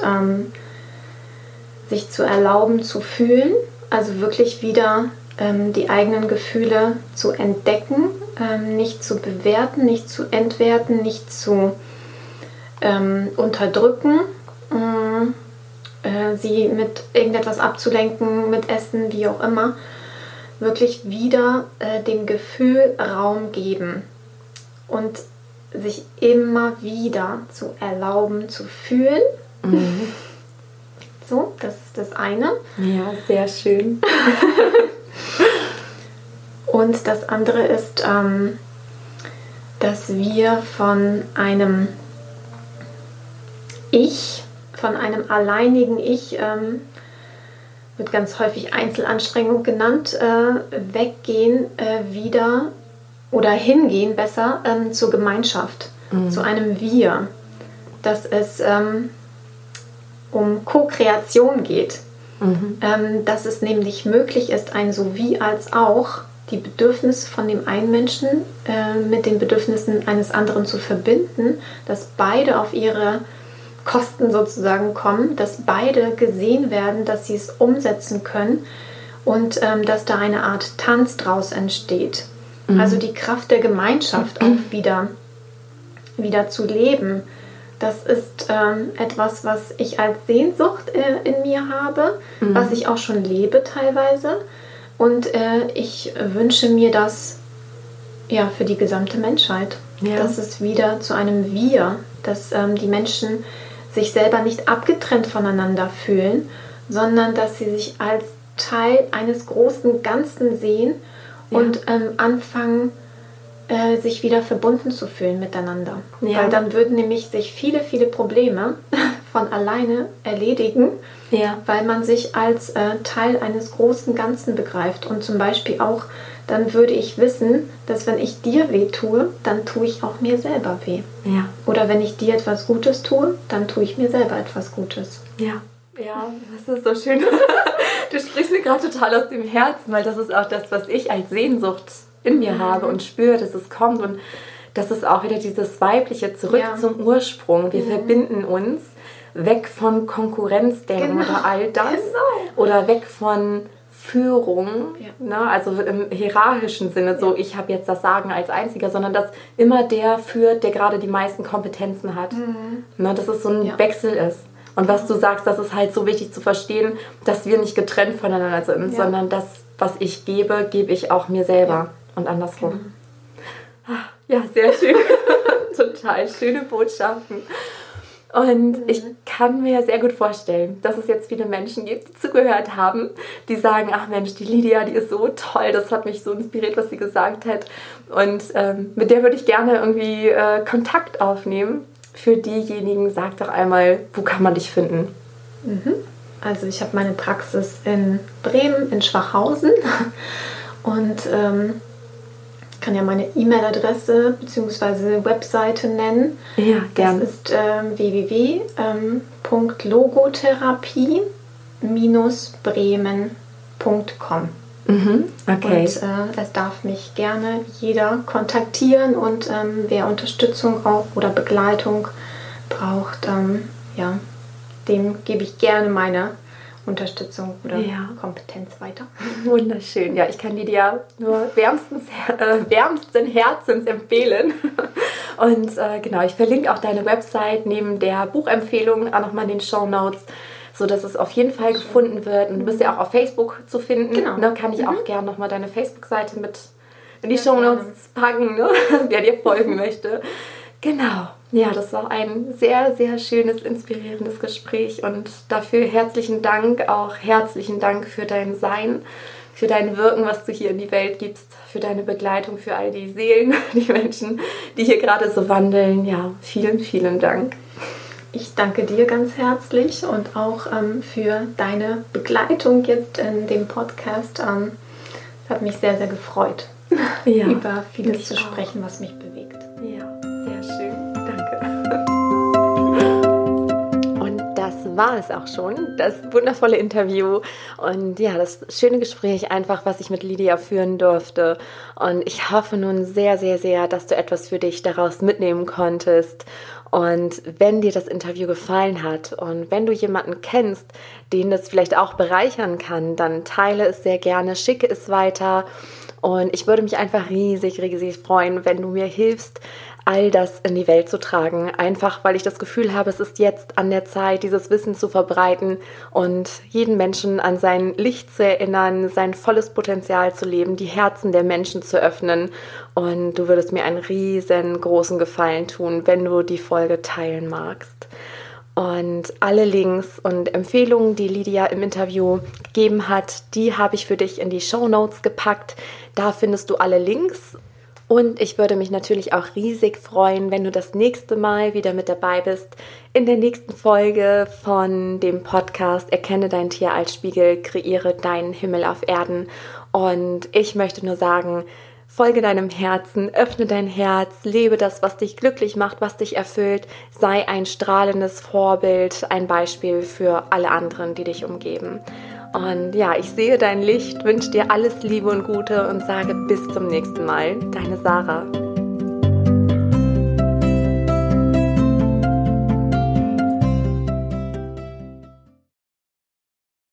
sich zu erlauben, zu fühlen. Also wirklich wieder die eigenen Gefühle zu entdecken, nicht zu bewerten, nicht zu entwerten, nicht zu unterdrücken, sie mit irgendetwas abzulenken, mit Essen, wie auch immer. Wirklich wieder dem Gefühl Raum geben und sich immer wieder zu erlauben, zu fühlen. So, das ist das eine. Ja, sehr schön. Und das andere ist, dass wir von einem Ich, von einem alleinigen Ich, wird ganz häufig Einzelanstrengung genannt, weggehen wieder oder hingehen besser zur Gemeinschaft, zu einem Wir, dass es um Co-Kreation geht, dass es nämlich möglich ist, ein Sowie als auch die Bedürfnisse von dem einen Menschen mit den Bedürfnissen eines anderen zu verbinden, dass beide auf ihre Kosten sozusagen kommen, dass beide gesehen werden, dass sie es umsetzen können und dass da eine Art Tanz draus entsteht. Also die Kraft der Gemeinschaft auch wieder zu leben. Das ist etwas, was ich als Sehnsucht in mir habe, was ich auch schon lebe teilweise. Und ich wünsche mir das für die gesamte Menschheit. Ja. Dass es wieder zu einem Wir, dass die Menschen sich selber nicht abgetrennt voneinander fühlen, sondern dass sie sich als Teil eines großen Ganzen sehen und anfangen, sich wieder verbunden zu fühlen miteinander. Ja. Weil dann würden nämlich sich viele, viele Probleme von alleine erledigen, weil man sich als Teil eines großen Ganzen begreift. Und zum Beispiel auch, dann würde ich wissen, dass wenn ich dir weh tue, dann tue ich auch mir selber weh. Ja. Oder wenn ich dir etwas Gutes tue, dann tue ich mir selber etwas Gutes. Ja, das ist so schön. Du sprichst mir gerade total aus dem Herzen, weil das ist auch das, was ich als Sehnsucht in mir habe und spüre, dass es kommt. Und das ist auch wieder dieses Weibliche, zurück zum Ursprung. Wir verbinden uns weg von Konkurrenzdenken oder all das. Oder weg von Führung, ne? Also im hierarchischen Sinne, so ich habe jetzt das Sagen als Einziger, sondern dass immer der führt, der gerade die meisten Kompetenzen hat. Ne? Dass es so ein Wechsel ist. Und was du sagst, das ist halt so wichtig zu verstehen, dass wir nicht getrennt voneinander sind, sondern das, was ich gebe, gebe ich auch mir selber und andersrum. Ja, sehr schön. Total schöne Botschaften. Und ich kann mir sehr gut vorstellen, dass es jetzt viele Menschen gibt, die zugehört haben, die sagen, ach Mensch, die Lydia, die ist so toll, das hat mich so inspiriert, was sie gesagt hat. Und mit der würde ich gerne irgendwie Kontakt aufnehmen. Für diejenigen, sag doch einmal, wo kann man dich finden? Also ich habe meine Praxis in Bremen, in Schwachhausen und kann ja meine E-Mail-Adresse bzw. Webseite nennen. Ja, gerne. Das ist www.logotherapie-bremen.com. Okay. Und es darf mich gerne jeder kontaktieren und wer Unterstützung braucht oder Begleitung braucht, dem gebe ich gerne meine Unterstützung oder Kompetenz weiter. Wunderschön. Ja, ich kann die dir nur wärmsten Herzens empfehlen. Und genau, ich verlinke auch deine Website neben der Buchempfehlung auch nochmal in den Shownotes, sodass es auf jeden Fall gefunden wird. Und du bist ja auch auf Facebook zu finden. Genau. Da kann ich auch gerne nochmal deine Facebook-Seite mit in die Shownotes packen, ne? Wer dir folgen möchte. Genau. Ja, das war ein sehr, sehr schönes, inspirierendes Gespräch und dafür herzlichen Dank, auch herzlichen Dank für dein Sein, für dein Wirken, was du hier in die Welt gibst, für deine Begleitung, für all die Seelen, die Menschen, die hier gerade so wandeln. Ja, vielen, vielen Dank. Ich danke dir ganz herzlich und auch für deine Begleitung jetzt in dem Podcast. Es hat mich sehr, sehr gefreut, über vieles zu sprechen, was mich bewegt. Ja, sehr schön. War es auch schon, das wundervolle Interview und ja, das schöne Gespräch einfach, was ich mit Lydia führen durfte. Und ich hoffe nun sehr, sehr, sehr, dass du etwas für dich daraus mitnehmen konntest. Und wenn dir das Interview gefallen hat und wenn du jemanden kennst, den das vielleicht auch bereichern kann, dann teile es sehr gerne, schicke es weiter. Und ich würde mich einfach riesig, riesig freuen, wenn du mir hilfst, all das in die Welt zu tragen. Einfach, weil ich das Gefühl habe, es ist jetzt an der Zeit, dieses Wissen zu verbreiten und jeden Menschen an sein Licht zu erinnern, sein volles Potenzial zu leben, die Herzen der Menschen zu öffnen. Und du würdest mir einen riesengroßen Gefallen tun, wenn du die Folge teilen magst. Und alle Links und Empfehlungen, die Lydia im Interview gegeben hat, die habe ich für dich in die Shownotes gepackt. Da findest du alle Links. Und ich würde mich natürlich auch riesig freuen, wenn du das nächste Mal wieder mit dabei bist in der nächsten Folge von dem Podcast Erkenne dein Tier als Spiegel, kreiere deinen Himmel auf Erden. Und ich möchte nur sagen, folge deinem Herzen, öffne dein Herz, lebe das, was dich glücklich macht, was dich erfüllt, sei ein strahlendes Vorbild, ein Beispiel für alle anderen, die dich umgeben. Und ja, ich sehe dein Licht, wünsche dir alles Liebe und Gute und sage bis zum nächsten Mal. Deine Sarah.